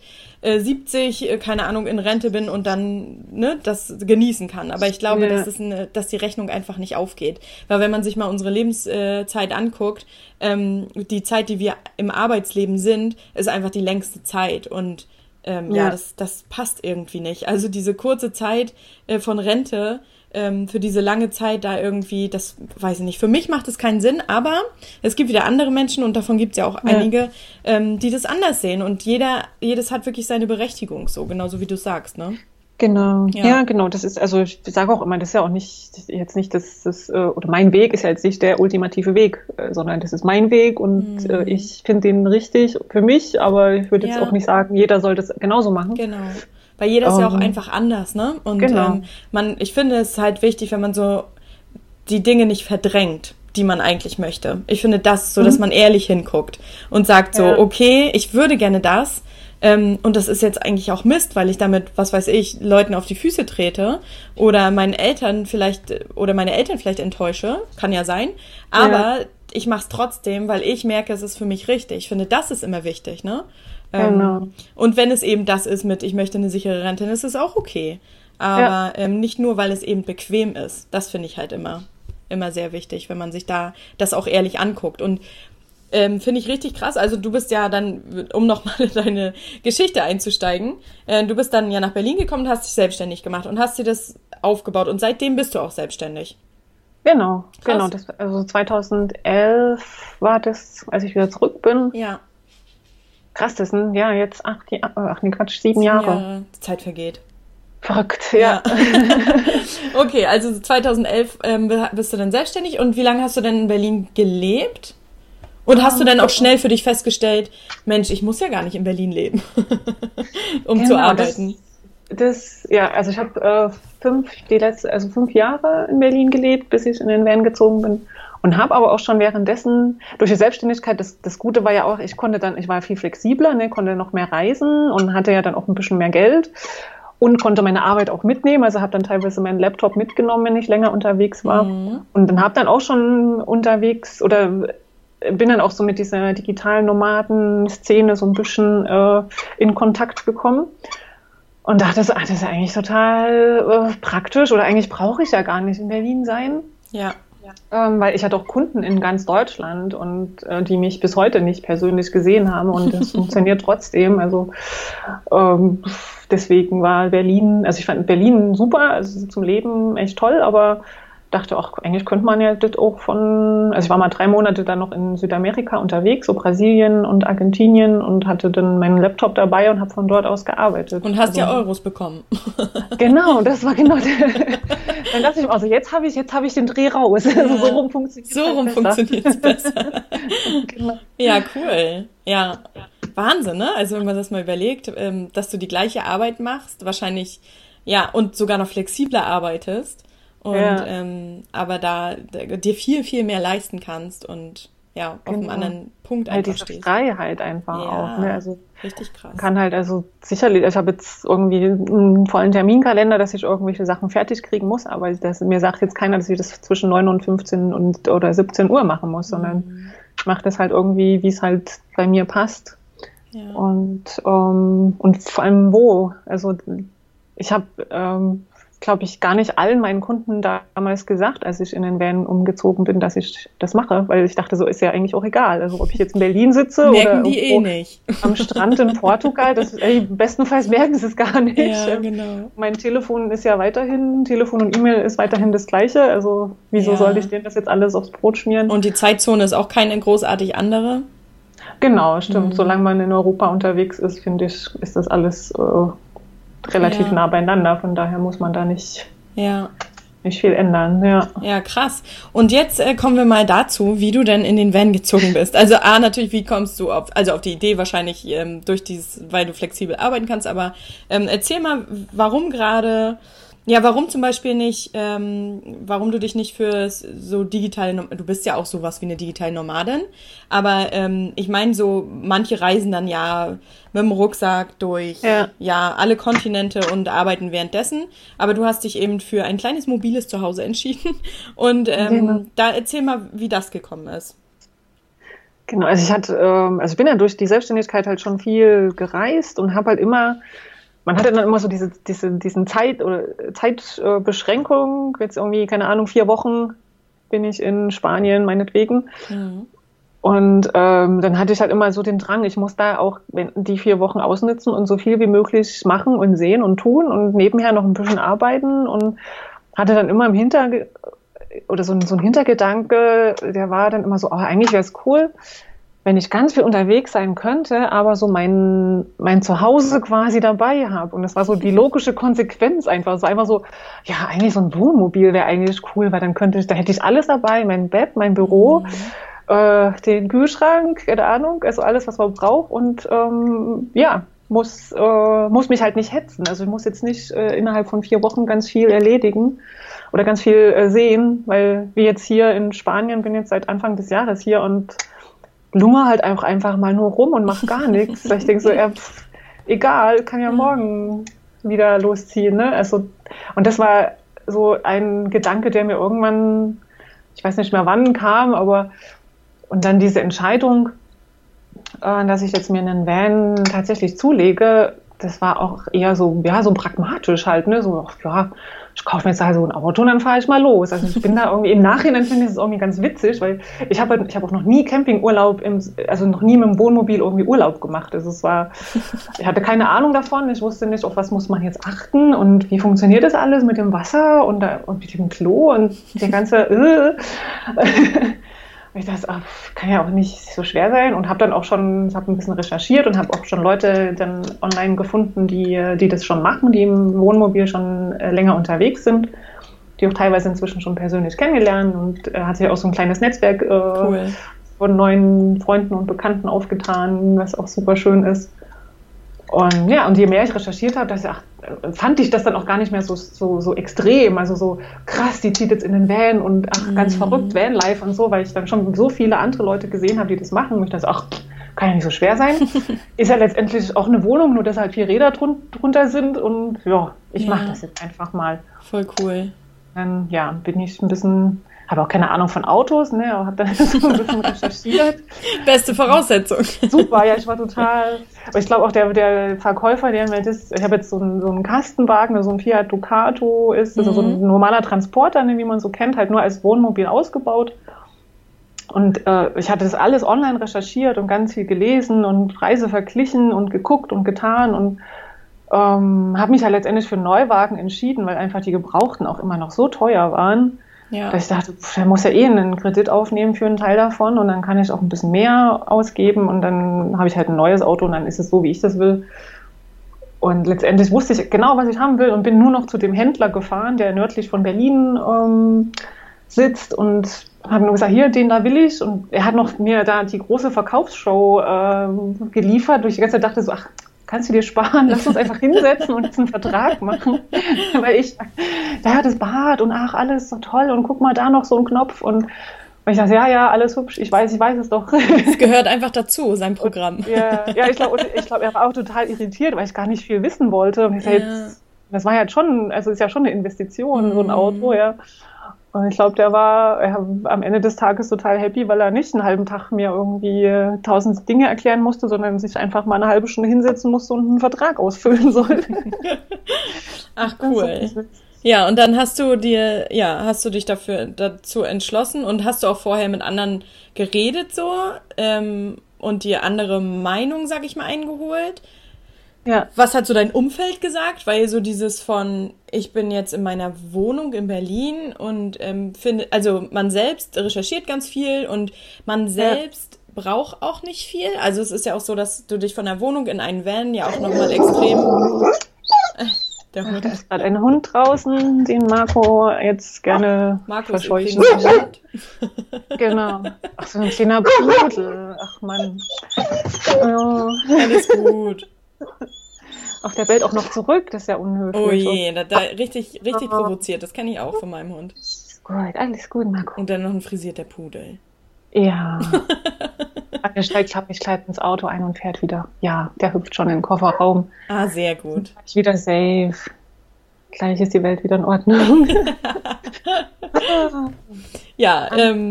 70, keine Ahnung, in Rente bin und dann das genießen kann. Aber ich glaube, dass die Rechnung einfach nicht aufgeht. Weil wenn man sich mal unsere Lebenszeit anguckt, die Zeit, die wir im Arbeitsleben sind, ist einfach die längste Zeit. Und das passt irgendwie nicht. Also diese kurze Zeit von Rente, für diese lange Zeit da irgendwie, das weiß ich nicht. Für mich macht es keinen Sinn, aber es gibt wieder andere Menschen und davon gibt es ja auch einige, die das anders sehen und jedes hat wirklich seine Berechtigung, so genauso wie du sagst, ne? Genau, ja genau, das ist, also ich sage auch immer, das ist ja auch nicht, jetzt nicht oder mein Weg ist ja jetzt nicht der ultimative Weg, sondern das ist mein Weg und ich finde den richtig für mich, aber ich würde jetzt auch nicht sagen, jeder soll das genauso machen. Genau. Weil jeder ist ja auch einfach anders, ne? Und ich finde es halt wichtig, wenn man so die Dinge nicht verdrängt, die man eigentlich möchte. Ich finde das so, dass man ehrlich hinguckt und sagt so, okay, ich würde gerne das, und das ist jetzt eigentlich auch Mist, weil ich damit, was weiß ich, Leuten auf die Füße trete oder meine Eltern vielleicht enttäusche, kann ja sein, aber ich mache es trotzdem, weil ich merke, es ist für mich richtig. Ich finde, das ist immer wichtig, ne? Genau. Und wenn es eben das ist mit, ich möchte eine sichere Rente, dann ist es auch okay. Aber nicht nur, weil es eben bequem ist. Das finde ich halt immer sehr wichtig, wenn man sich da das auch ehrlich anguckt. Und finde ich richtig krass. Also du bist ja dann, um nochmal in deine Geschichte einzusteigen, du bist dann ja nach Berlin gekommen und hast dich selbstständig gemacht und hast dir das aufgebaut. Und seitdem bist du auch selbstständig. Genau. Also 2011 war das, als ich wieder zurück bin. Ja. Krass, das sind jetzt 7 Jahre. Die Zeit vergeht. Verrückt, ja. Okay, also 2011 bist du dann selbstständig. Und wie lange hast du denn in Berlin gelebt? Und hast du dann auch schnell für dich festgestellt, Mensch, ich muss ja gar nicht in Berlin leben, zu arbeiten? Also ich habe 5 Jahre in Berlin gelebt, bis ich in den Van gezogen bin. Und habe aber auch schon währenddessen, durch die Selbstständigkeit, das Gute war ja auch, ich war viel flexibler, konnte noch mehr reisen und hatte ja dann auch ein bisschen mehr Geld. und konnte meine Arbeit auch mitnehmen. Also habe dann teilweise meinen Laptop mitgenommen, wenn ich länger unterwegs war. Und dann habe dann auch schon unterwegs oder bin dann auch so mit dieser digitalen Nomaden-Szene so ein bisschen in Kontakt gekommen. Und dachte so, das ist ja eigentlich total praktisch oder eigentlich brauche ich ja gar nicht in Berlin sein. Ja. Weil ich hatte auch Kunden in ganz Deutschland und die mich bis heute nicht persönlich gesehen haben und das funktioniert trotzdem. Also deswegen war Berlin, also ich fand Berlin super, also zum Leben echt toll, aber dachte auch, eigentlich könnte man ja das auch also ich war mal 3 Monate dann noch in Südamerika unterwegs, so Brasilien und Argentinien und hatte dann meinen Laptop dabei und habe von dort aus gearbeitet. Und hast ja Euros bekommen. Genau, das war genau dann dachte ich mir, also jetzt habe ich den Dreh raus. Ja. So rum funktioniert es besser. Genau. Ja, cool. Ja, Wahnsinn, ne? Also wenn man das mal überlegt, dass du die gleiche Arbeit machst, wahrscheinlich, ja, und sogar noch flexibler arbeitest. Und aber da dir viel, viel mehr leisten kannst und ja, auf einem anderen Punkt halt einfach diese stehst. Freiheit einfach auch. Ne? Also richtig krass. Man kann halt also sicherlich, ich habe jetzt irgendwie einen vollen Terminkalender, dass ich irgendwelche Sachen fertig kriegen muss, aber mir sagt jetzt keiner, dass ich das zwischen 9 und 15 oder 17 Uhr machen muss, sondern ich mache das halt irgendwie, wie es halt bei mir passt. Ja. Und vor allem wo. Also ich habe glaube ich, gar nicht allen meinen Kunden damals gesagt, als ich in den Van umgezogen bin, dass ich das mache, weil ich dachte, so ist ja eigentlich auch egal. Also ob ich jetzt in Berlin sitze merken oder die nicht. Am Strand in Portugal, bestenfalls merken sie es gar nicht. Ja, genau. Mein Telefon ist ja Telefon und E-Mail ist weiterhin das Gleiche. Also wieso soll ich denen das jetzt alles aufs Brot schmieren? Und die Zeitzone ist auch keine großartig andere? Genau, stimmt. Solange man in Europa unterwegs ist, finde ich, ist das alles relativ nah beieinander, von daher muss man da nicht viel ändern. Ja, krass. Und jetzt kommen wir mal dazu, wie du denn in den Van gezogen bist. Also natürlich, wie kommst du auf die Idee wahrscheinlich weil du flexibel arbeiten kannst, aber erzähl mal, warum zum Beispiel nicht, warum du dich nicht für so du bist ja auch sowas wie eine digitale Nomadin, aber ich meine so, manche reisen dann ja mit dem Rucksack durch alle Kontinente und arbeiten währenddessen, aber du hast dich eben für ein kleines mobiles Zuhause entschieden und da erzähl mal, wie das gekommen ist. Genau, also ich bin ja durch die Selbstständigkeit halt schon viel gereist und habe halt man hatte dann immer so diesen Zeitbeschränkung, jetzt irgendwie, keine Ahnung, 4 Wochen bin ich in Spanien, meinetwegen. Mhm. Und dann hatte ich halt immer so den Drang, ich muss da auch die 4 Wochen ausnutzen und so viel wie möglich machen und sehen und tun und nebenher noch ein bisschen arbeiten und hatte dann immer so ein Hintergedanke, der war dann immer so, eigentlich wäre es cool, wenn ich ganz viel unterwegs sein könnte, aber so mein Zuhause quasi dabei habe. Und das war so die logische Konsequenz einfach. So einfach so, ja, eigentlich so ein Wohnmobil wäre eigentlich cool, weil da hätte ich alles dabei, mein Bett, mein Büro, den Kühlschrank, keine Ahnung, also alles, was man braucht und muss mich halt nicht hetzen. Also ich muss jetzt nicht innerhalb von 4 Wochen ganz viel erledigen oder ganz viel sehen, weil wie jetzt hier in Spanien, bin jetzt seit Anfang des Jahres hier und lungere halt einfach mal nur rum und mache gar nichts. Ich denke so, egal, kann ja morgen wieder losziehen. Ne? Also, und das war so ein Gedanke, der mir irgendwann, ich weiß nicht mehr wann kam, und dann diese Entscheidung, dass ich jetzt mir einen Van tatsächlich zulege, das war auch eher so, so pragmatisch halt, ne, so, ich kaufe mir jetzt halt so ein Auto und dann fahre ich mal los. Also ich bin da irgendwie, im Nachhinein finde ich es irgendwie ganz witzig, weil ich habe auch noch nie Campingurlaub, also noch nie mit dem Wohnmobil irgendwie Urlaub gemacht. Also ich hatte keine Ahnung davon, ich wusste nicht, auf was muss man jetzt achten und wie funktioniert das alles mit dem Wasser und mit dem Klo und der ganze, ich dachte, kann ja auch nicht so schwer sein und habe dann auch schon, ein bisschen recherchiert und habe auch schon Leute dann online gefunden, die das schon machen, die im Wohnmobil schon länger unterwegs sind, die auch teilweise inzwischen schon persönlich kennengelernt und hat sich auch so ein kleines Netzwerk von neuen Freunden und Bekannten aufgetan, was auch super schön ist. Und und je mehr ich recherchiert habe, fand ich das dann auch gar nicht mehr so extrem, also so krass, die zieht jetzt in den Van und ganz verrückt Vanlife und so, weil ich dann schon so viele andere Leute gesehen habe, die das machen und ich dachte, kann ja nicht so schwer sein. Ist ja letztendlich auch eine Wohnung, nur dass halt 4 Räder drunter sind und ja, ich mache das jetzt einfach mal. Voll cool. Dann bin ich ein bisschen, habe auch keine Ahnung von Autos, ne, aber habe dann so ein bisschen recherchiert. Beste Voraussetzung. Super, ja, ich war total, aber ich glaube auch der Verkäufer, der mir das, ich habe jetzt so einen Kastenwagen, so ein Fiat Ducato ist, also so ein normaler Transporter, ne, wie man so kennt, halt nur als Wohnmobil ausgebaut. Und ich hatte das alles online recherchiert und ganz viel gelesen und Preise verglichen und geguckt und getan und habe mich halt letztendlich für einen Neuwagen entschieden, weil einfach die Gebrauchten auch immer noch so teuer waren, dass ich dachte, der muss ja einen Kredit aufnehmen für einen Teil davon und dann kann ich auch ein bisschen mehr ausgeben und dann habe ich halt ein neues Auto und dann ist es so, wie ich das will. Und letztendlich wusste ich genau, was ich haben will und bin nur noch zu dem Händler gefahren, der nördlich von Berlin sitzt und habe nur gesagt, hier, den da will ich. Und er hat noch mir da die große Verkaufsshow geliefert, wo ich die ganze Zeit dachte so, ach, kannst du dir sparen, lass uns einfach hinsetzen und jetzt einen Vertrag machen. Weil da hat das Bad und ach, alles so toll und guck mal, da noch so ein Knopf. Und ich dachte, ja, alles hübsch, ich weiß es doch. Es gehört einfach dazu, sein Programm. Ja, ich glaube, er war auch total irritiert, weil ich gar nicht viel wissen wollte. Und ich sag, das war ja schon, also ist ja schon eine Investition, so ein Auto, ja. Und ich glaube, der war am Ende des Tages total happy, weil er nicht einen halben Tag mir irgendwie 1000 Dinge erklären musste, sondern sich einfach mal eine halbe Stunde hinsetzen musste und einen Vertrag ausfüllen sollte. Ach, cool. Ja, und dann hast du dich dazu entschlossen und hast du auch vorher mit anderen geredet so und dir andere Meinungen, sag ich mal, eingeholt? Ja. Was hat so dein Umfeld gesagt? Weil so dieses von, ich bin jetzt in meiner Wohnung in Berlin und man selbst recherchiert ganz viel und man selbst braucht auch nicht viel. Also es ist ja auch so, dass du dich von der Wohnung in einen Van ja auch nochmal extrem... Da ist gerade ein Hund draußen, den Marco jetzt gerne verscheuchen will. Genau. Ach, so ein kleiner Pudel. Ach Mann. Oh. Alles gut. Ach, der bellt auch noch zurück, das ist ja unhöflich. Oh je, da richtig provoziert, das kenne ich auch von meinem Hund. Alles gut, Marco. Und dann noch ein frisierter Pudel. Ja. Der steigt ins Auto ein und fährt wieder. Ja, der hüpft schon in den Kofferraum. Ah, sehr gut. Ich wieder safe. Gleich ist die Welt wieder in Ordnung. Ja,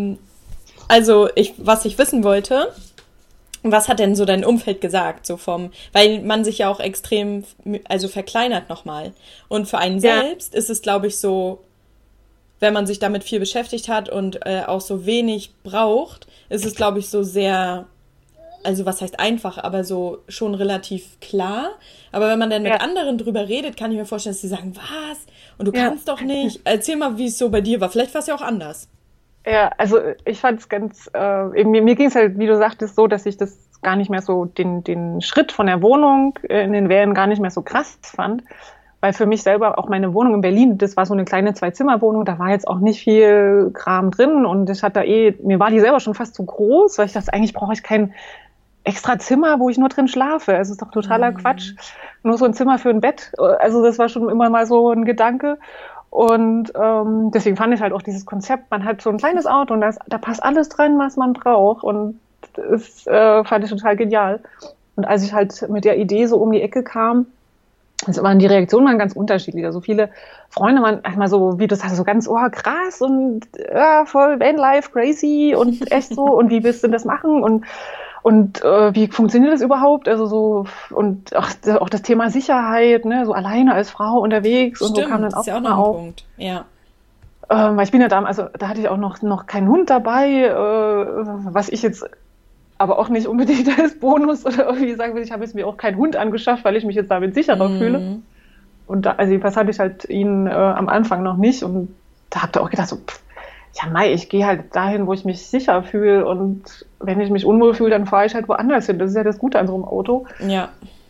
also was ich wissen wollte, was hat denn so dein Umfeld gesagt, weil man sich ja auch extrem, also verkleinert nochmal. Und für einen selbst ist es, glaube ich, so, wenn man sich damit viel beschäftigt hat und auch so wenig braucht, ist es, glaube ich, so sehr, also was heißt einfach, aber so schon relativ klar. Aber wenn man dann mit anderen drüber redet, kann ich mir vorstellen, dass sie sagen, was? Und du kannst doch nicht. Erzähl mal, wie es so bei dir war. Vielleicht war es ja auch anders. Ja, also ich fand es ganz, mir ging es halt, wie du sagtest, so, dass ich das gar nicht mehr so, den Schritt von der Wohnung in den Van gar nicht mehr so krass fand. Weil für mich selber auch meine Wohnung in Berlin, das war so eine kleine 2-Zimmer-Wohnung, da war jetzt auch nicht viel Kram drin und ich hatte mir war die selber schon fast zu groß, weil ich dachte, eigentlich brauche ich kein extra Zimmer, wo ich nur drin schlafe. Es ist doch totaler Quatsch. Nur so ein Zimmer für ein Bett. Also das war schon immer mal so ein Gedanke. Und deswegen fand ich halt auch dieses Konzept, man hat so ein kleines Auto und da passt alles dran, was man braucht. Und das fand ich total genial. Und als ich halt mit der Idee so um die Ecke kam, die Reaktionen waren ganz unterschiedlich. Also viele Freunde waren einmal so, wie du sagst, so ganz, krass und voll Vanlife, crazy und echt so. Und wie willst du das machen? Und wie funktioniert das überhaupt? Also so, und auch das Thema Sicherheit, ne, so alleine als Frau unterwegs. Stimmt, und so kam dann auch ist ja auch noch ein Punkt. Ja. Weil ich bin ja damals, also da hatte ich auch noch keinen Hund dabei, was ich jetzt aber auch nicht unbedingt als Bonus oder irgendwie sagen will, ich habe jetzt mir auch keinen Hund angeschafft, weil ich mich jetzt damit sicherer fühle. Und was hatte ich halt ihn am Anfang noch nicht. Und da habe ich auch gedacht, so, ich gehe halt dahin, wo ich mich sicher fühle. Und wenn ich mich unwohl fühle, dann fahre ich halt woanders hin. Das ist ja das Gute an so einem Auto. Ja.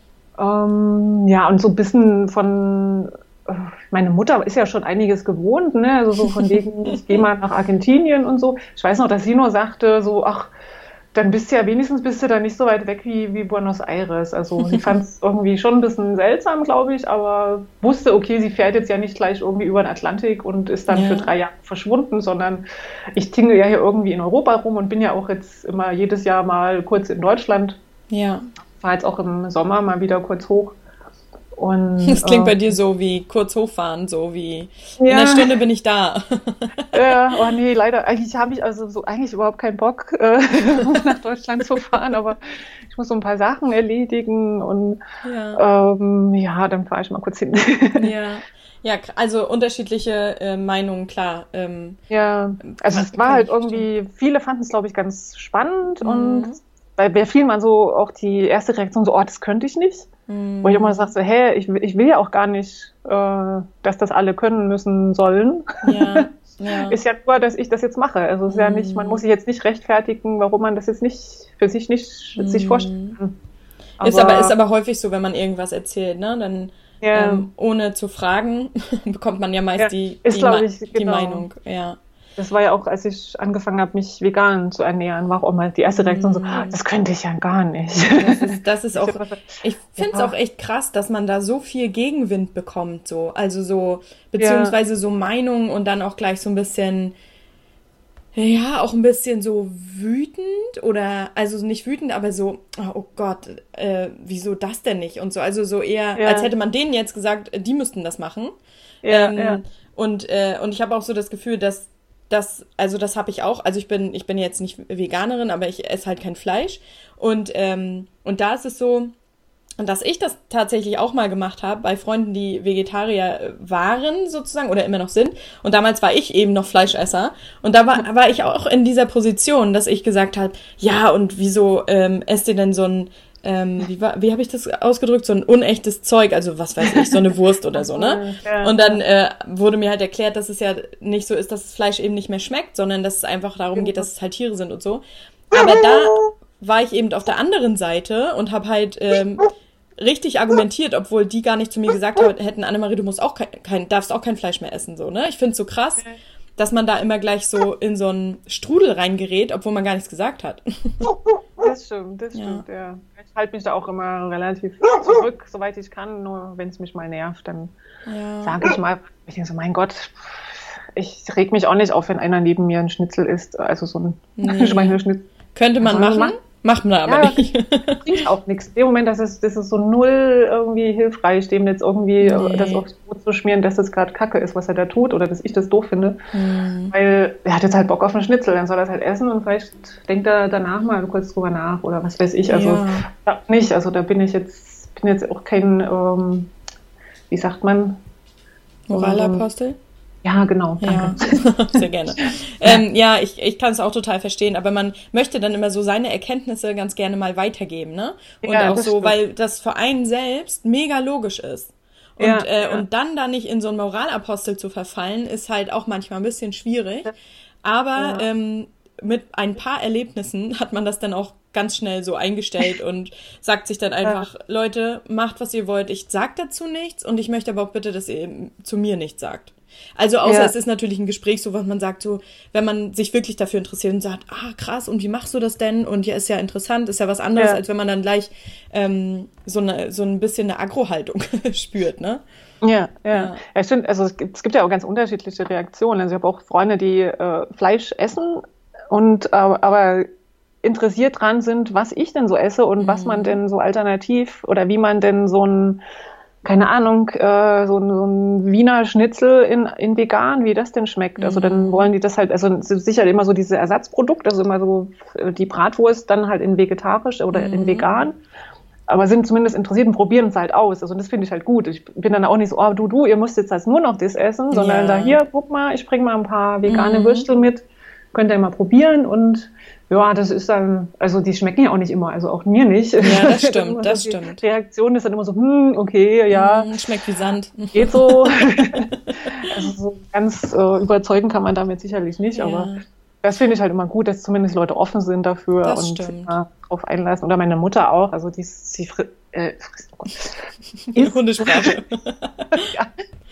Und so ein bisschen meine Mutter ist ja schon einiges gewohnt, ne? Also so von wegen, ich gehe mal nach Argentinien und so. Ich weiß noch, dass sie nur sagte, so, ach, dann bist du da nicht so weit weg wie Buenos Aires. Also sie fand es irgendwie schon ein bisschen seltsam, glaube ich, aber wusste, okay, sie fährt jetzt ja nicht gleich irgendwie über den Atlantik und ist dann für 3 Jahre verschwunden, sondern ich tingle ja hier irgendwie in Europa rum und bin ja auch jetzt immer jedes Jahr mal kurz in Deutschland. Ja. Fahr jetzt auch im Sommer mal wieder kurz hoch. Und, das klingt bei dir so wie kurz hochfahren, so wie in ja, einer Stunde bin ich da. oh nee, leider. Eigentlich habe ich also so eigentlich überhaupt keinen Bock, nach Deutschland zu fahren, aber ich muss so ein paar Sachen erledigen und Ja, ja, dann fahre ich mal kurz hin. ja. Ja, also unterschiedliche Meinungen, klar. Ja, also es war Kann halt ich verstehen. irgendwie, viele fanden es, glaube ich, ganz spannend und Mhm. bei vielen war so auch die erste Reaktion so, oh, das könnte ich nicht. Wo ich immer Mhm. sage so, hä, ich will ja auch gar nicht, dass das alle können müssen sollen. Ja, ja. Ist ja nur, dass ich das jetzt mache. Also es ist ja nicht, man muss Mhm. sich jetzt nicht rechtfertigen, warum man das jetzt nicht für sich nicht sich vorstellen Mhm. kann. Ist Aber aber häufig so, wenn man irgendwas erzählt, ne? Dann ja, ohne zu fragen, bekommt man ja meist ja, ist glaube ich, Die genau. Meinung. Ja. Das war ja auch, als ich angefangen habe, mich vegan zu ernähren, war auch immer die erste Reaktion so, "Ah, Mm, das könnte ich ja gar nicht." das ist Ich auch, hab einfach, ich finde es auch ja, echt krass, dass man da so viel Gegenwind bekommt, so. Also so, ja, beziehungsweise so Meinungen und dann auch gleich so ein bisschen, ja, auch ein bisschen so wütend oder, also nicht wütend, aber so, oh Gott, wieso das denn nicht und so. Also so eher, als ja, hätte man denen jetzt gesagt, die müssten das machen. ja, Ähm, ja, und ich habe auch so das Gefühl, dass also das habe ich auch, also ich bin jetzt nicht Veganerin, aber ich esse halt kein Fleisch. Und da ist es so, dass ich das tatsächlich auch mal gemacht habe bei Freunden, die Vegetarier waren sozusagen oder immer noch sind. Und damals war ich eben noch Fleischesser. Und war ich auch in dieser Position, dass ich gesagt habe, ja, und wieso esst ihr denn so ein wie habe ich das ausgedrückt? So ein unechtes Zeug, also was weiß ich, so eine Wurst oder so, ne? ja, Und dann ja, wurde mir halt erklärt, dass es ja nicht so ist, dass das Fleisch eben nicht mehr schmeckt, sondern dass es einfach darum geht, genau. dass es halt Tiere sind und so. Aber da war ich eben auf der anderen Seite und habe halt richtig argumentiert, obwohl die gar nicht zu mir gesagt hätten, Annemarie, du musst auch darfst auch kein Fleisch mehr essen, so, ne? Ich finde es so krass, dass man da immer gleich so in so einen Strudel reingerät, obwohl man gar nichts gesagt hat. Das Ja, stimmt, ja. Ich halte mich da auch immer relativ zurück, soweit ich kann. Nur wenn es mich mal nervt, dann ja, sage ich mal, ich denke so, mein Gott, ich reg mich auch nicht auf, wenn einer neben mir ein Schnitzel isst, also so ein nee. Schweineschnitzel. Könnte man Also, machen, macht man aber ja, nicht. bringt auch nichts. In dem Moment, das ist so null irgendwie hilfreich, dem jetzt irgendwie das Nee. aufs Brot zu schmieren, dass das gerade Kacke ist, was er da tut, oder dass ich das doof finde. Hm. Weil er hat jetzt halt Bock auf einen Schnitzel, dann soll er es halt essen und vielleicht denkt er danach mal kurz drüber nach oder was weiß ich. Also Ja, ja, nicht, also da bin jetzt auch kein, wie sagt man, so ein, Moralapostel? ja, genau, danke. Ja, sehr gerne. Ja, ich kann es auch total verstehen, aber man möchte dann immer so seine Erkenntnisse ganz gerne mal weitergeben, ne? Und Ja, auch das so, stimmt. weil das für einen selbst mega logisch ist. Ja, ja, Und dann da nicht in so einen Moralapostel zu verfallen, ist halt auch manchmal ein bisschen schwierig. Aber ja, mit ein paar Erlebnissen hat man das dann auch ganz schnell so eingestellt und sagt sich dann ja, einfach, Leute, macht, was ihr wollt. Ich sag dazu nichts und ich möchte aber auch bitte, dass ihr zu mir nichts sagt. Also außer ja, es ist natürlich ein Gespräch, so was man sagt, so wenn man sich wirklich dafür interessiert und sagt, ah krass, und wie machst du das denn? Und ja, ist ja interessant, ist ja was anderes, ja. als wenn man dann gleich so ein bisschen eine Agro-Haltung spürt, ne? Ja, ja. Ja. Ja, stimmt. Also es gibt ja auch ganz unterschiedliche Reaktionen. Also ich habe auch Freunde, die Fleisch essen und aber interessiert dran sind, was ich denn so esse und was man Mhm. denn so alternativ oder wie man denn so ein, keine Ahnung, so ein Wiener Schnitzel in vegan, wie das denn schmeckt. Also dann Mhm. wollen die das halt, also es ist sicher immer so diese Ersatzprodukte, also immer so die Bratwurst dann halt in vegetarisch oder in Mhm. vegan. Aber sind zumindest interessiert und probieren es halt aus. Also das finde ich halt gut. Ich bin dann auch nicht so, oh du, ihr müsst jetzt halt nur noch das essen, sondern da Ja. hier, guck mal, ich bringe mal ein paar vegane Mhm. Würstel mit, könnt ihr mal probieren und ja, das ist dann, also die schmecken ja auch nicht immer, also auch mir nicht. Ja, das Dann stimmt, immer so das die stimmt. Reaktion ist dann immer so, okay, ja, Schmeckt wie Sand. geht so. Also so ganz überzeugen kann man damit sicherlich nicht, aber Ja, das finde ich halt immer gut, dass zumindest Leute offen sind dafür das und sich stimmt. mal drauf einlassen. Oder meine Mutter auch, also sie frisst, oh Gott, isst, Hundesprache. ja,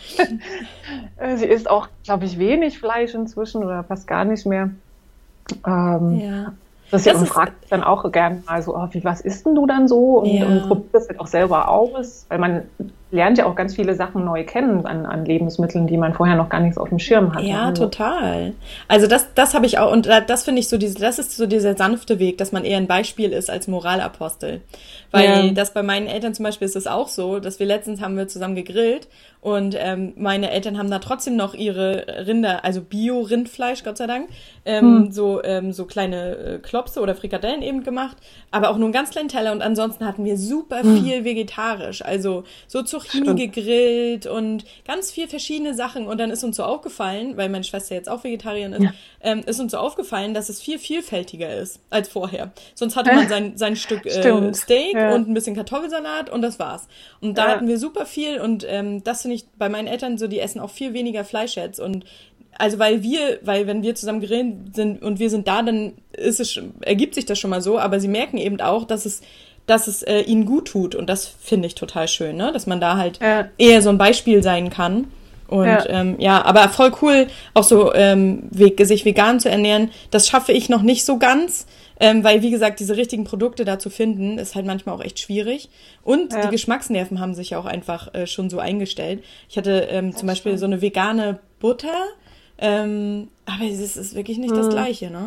sie isst auch, glaube ich, wenig Fleisch inzwischen oder fast gar nicht mehr. Ähm, Ja. das ja Das und ist, fragt dann auch gerne mal so, oh, was isst denn du dann so? Und ja. probiert das halt auch selber aus, weil man lernt ja auch ganz viele Sachen neu kennen an Lebensmitteln, die man vorher noch gar nicht so auf dem Schirm hatte. Ja, total. Also das habe ich auch, und das finde ich so, das ist so dieser sanfte Weg, dass man eher ein Beispiel ist als Moralapostel. Weil das bei meinen Eltern zum Beispiel ist es auch so, dass letztens haben wir zusammen gegrillt und meine Eltern haben da trotzdem noch ihre Rinder, also Bio-Rindfleisch, Gott sei Dank, so kleine Klopse oder Frikadellen eben gemacht, aber auch nur einen ganz kleinen Teller, und ansonsten hatten wir super viel vegetarisch, also so Zucchini gegrillt und ganz viel verschiedene Sachen, und dann ist uns so aufgefallen, weil meine Schwester jetzt auch Vegetarierin ist, ist uns so aufgefallen, dass es viel vielfältiger ist als vorher. Sonst hatte man sein Stück Steak und ein bisschen Kartoffelsalat und das war's. Und da hatten wir super viel, und das finde ich bei meinen Eltern so, die essen auch viel weniger Fleisch jetzt, und also weil wenn wir zusammen grillen sind und wir sind da, dann ergibt sich das schon mal so, aber sie merken eben auch, dass es ihnen gut tut, und das finde ich total schön, ne? Dass man da halt eher so ein Beispiel sein kann. Und aber voll cool, auch so sich vegan zu ernähren, das schaffe ich noch nicht so ganz, weil, wie gesagt, diese richtigen Produkte da zu finden, ist halt manchmal auch echt schwierig. Und die Geschmacksnerven haben sich ja auch einfach schon so eingestellt. Ich hatte zum Beispiel so eine vegane Butter, aber es ist wirklich nicht das Gleiche, ne?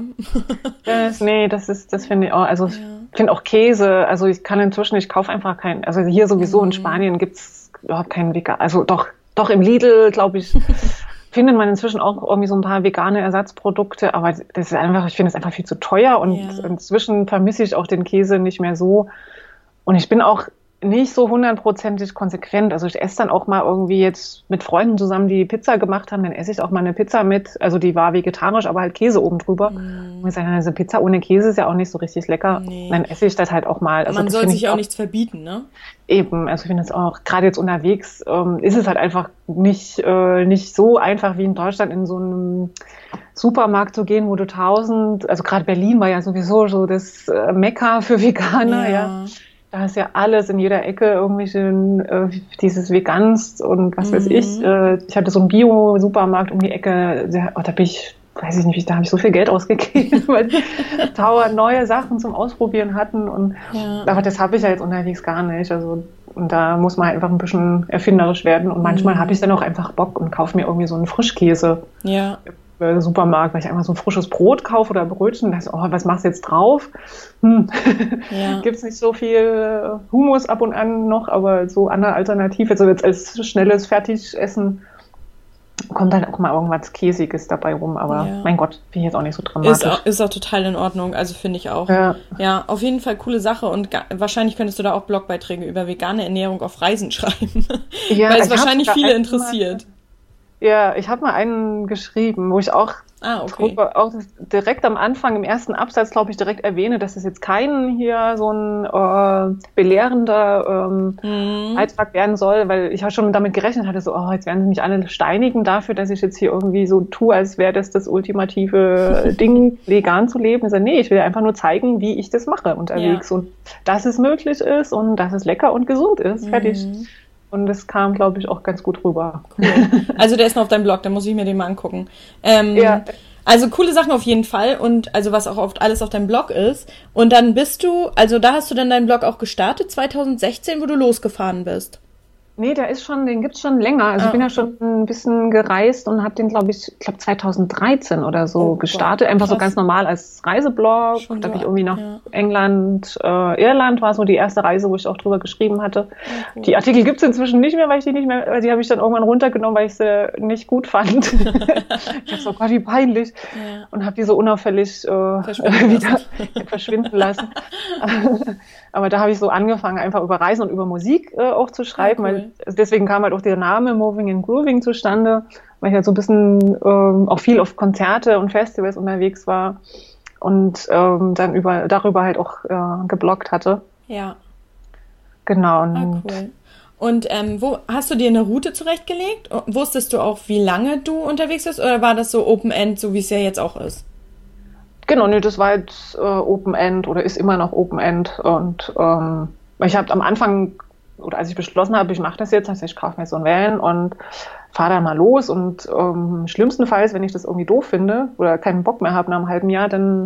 Das finde ich auch. Also ich finde auch Käse, also ich kaufe einfach keinen, also hier sowieso in Spanien gibt's überhaupt keinen vegan, also doch im Lidl, glaube ich, findet man inzwischen auch irgendwie so ein paar vegane Ersatzprodukte, aber das ist einfach, ich finde es einfach viel zu teuer, und inzwischen vermisse ich auch den Käse nicht mehr so, und ich bin auch nicht so 100%ig konsequent. Also ich esse dann auch mal irgendwie jetzt mit Freunden zusammen, die Pizza gemacht haben, dann esse ich auch mal eine Pizza mit, also die war vegetarisch, aber halt Käse oben drüber. Und ich sage, also Pizza ohne Käse ist ja auch nicht so richtig lecker. Nee. Dann esse ich das halt auch mal. Also man soll sich auch nichts verbieten, ne? Eben, also ich finde es auch, gerade jetzt unterwegs, ist es halt einfach nicht so einfach wie in Deutschland in so einem Supermarkt zu gehen, wo du also gerade Berlin war ja sowieso so das Mekka für Veganer, ja. Da ist ja alles in jeder Ecke irgendwelche, dieses Veganst und was weiß ich. Ich hatte so einen Bio-Supermarkt um die Ecke, weiß ich nicht, da habe ich so viel Geld ausgegeben, weil Tower neue Sachen zum Ausprobieren hatten. Aber das habe ich ja jetzt unterwegs gar nicht. Also, und da muss man einfach ein bisschen erfinderisch werden. Und manchmal habe ich dann auch einfach Bock und kaufe mir irgendwie so einen Frischkäse. Ja. Supermarkt, weil ich einfach so ein frisches Brot kaufe oder Brötchen, da was machst du jetzt drauf? Gibt's nicht so viel Hummus ab und an noch, aber so andere Alternative, also jetzt als schnelles Fertigessen kommt dann auch mal irgendwas Käsiges dabei rum, aber mein Gott, bin ich jetzt auch nicht so dramatisch. Ist auch total in Ordnung, also finde ich auch. Ja, auf jeden Fall coole Sache, und wahrscheinlich könntest du da auch Blogbeiträge über vegane Ernährung auf Reisen schreiben, weil es wahrscheinlich viele interessiert. Ja, ich habe mal einen geschrieben, wo ich auch direkt am Anfang, im ersten Absatz, glaube ich, direkt erwähne, dass es jetzt kein hier so ein belehrender Beitrag werden soll, weil ich auch schon damit gerechnet hatte, so, jetzt werden sie mich alle steinigen dafür, dass ich jetzt hier irgendwie so tue, als wäre das ultimative Ding, vegan zu leben. Ich sage, nee, ich will einfach nur zeigen, wie ich das mache unterwegs und dass es möglich ist und dass es lecker und gesund ist. Fertig. Und das kam, glaube ich, auch ganz gut rüber. Cool. Also der ist noch auf deinem Blog, da muss ich mir den mal angucken. Also coole Sachen auf jeden Fall, und also was auch oft alles auf deinem Blog ist. Und dann da hast du dann deinen Blog auch gestartet, 2016, wo du losgefahren bist. Nee, den gibt's schon länger. Also ich bin ja schon ein bisschen gereist und habe den, glaube ich 2013 oder so gestartet. Einfach so ganz normal als Reiseblog. Da habe ich irgendwie nach England, Irland war so die erste Reise, wo ich auch drüber geschrieben hatte. Die Artikel gibt's inzwischen nicht mehr, weil die habe ich dann irgendwann runtergenommen, weil ich sie nicht gut fand. Ich dachte so, Gott, wie peinlich. Und habe die so unauffällig wieder verschwinden lassen. Aber da habe ich so angefangen, einfach über Reisen und über Musik auch zu schreiben, weil deswegen kam halt auch der Name Moving and Grooving zustande, weil ich halt so ein bisschen auch viel auf Konzerte und Festivals unterwegs war und dann darüber halt auch gebloggt hatte. Ja. Genau. Cool. Und wo hast du dir eine Route zurechtgelegt? Wusstest du auch, wie lange du unterwegs bist, oder war das so Open-End, so wie es ja jetzt auch ist? Genau, nee, das war jetzt Open-End oder ist immer noch Open-End. Und ich habe am Anfang, oder als ich beschlossen habe, ich mache das jetzt, ich kaufe mir so einen Van und fahre dann mal los. Und schlimmstenfalls, wenn ich das irgendwie doof finde oder keinen Bock mehr habe nach einem halben Jahr, dann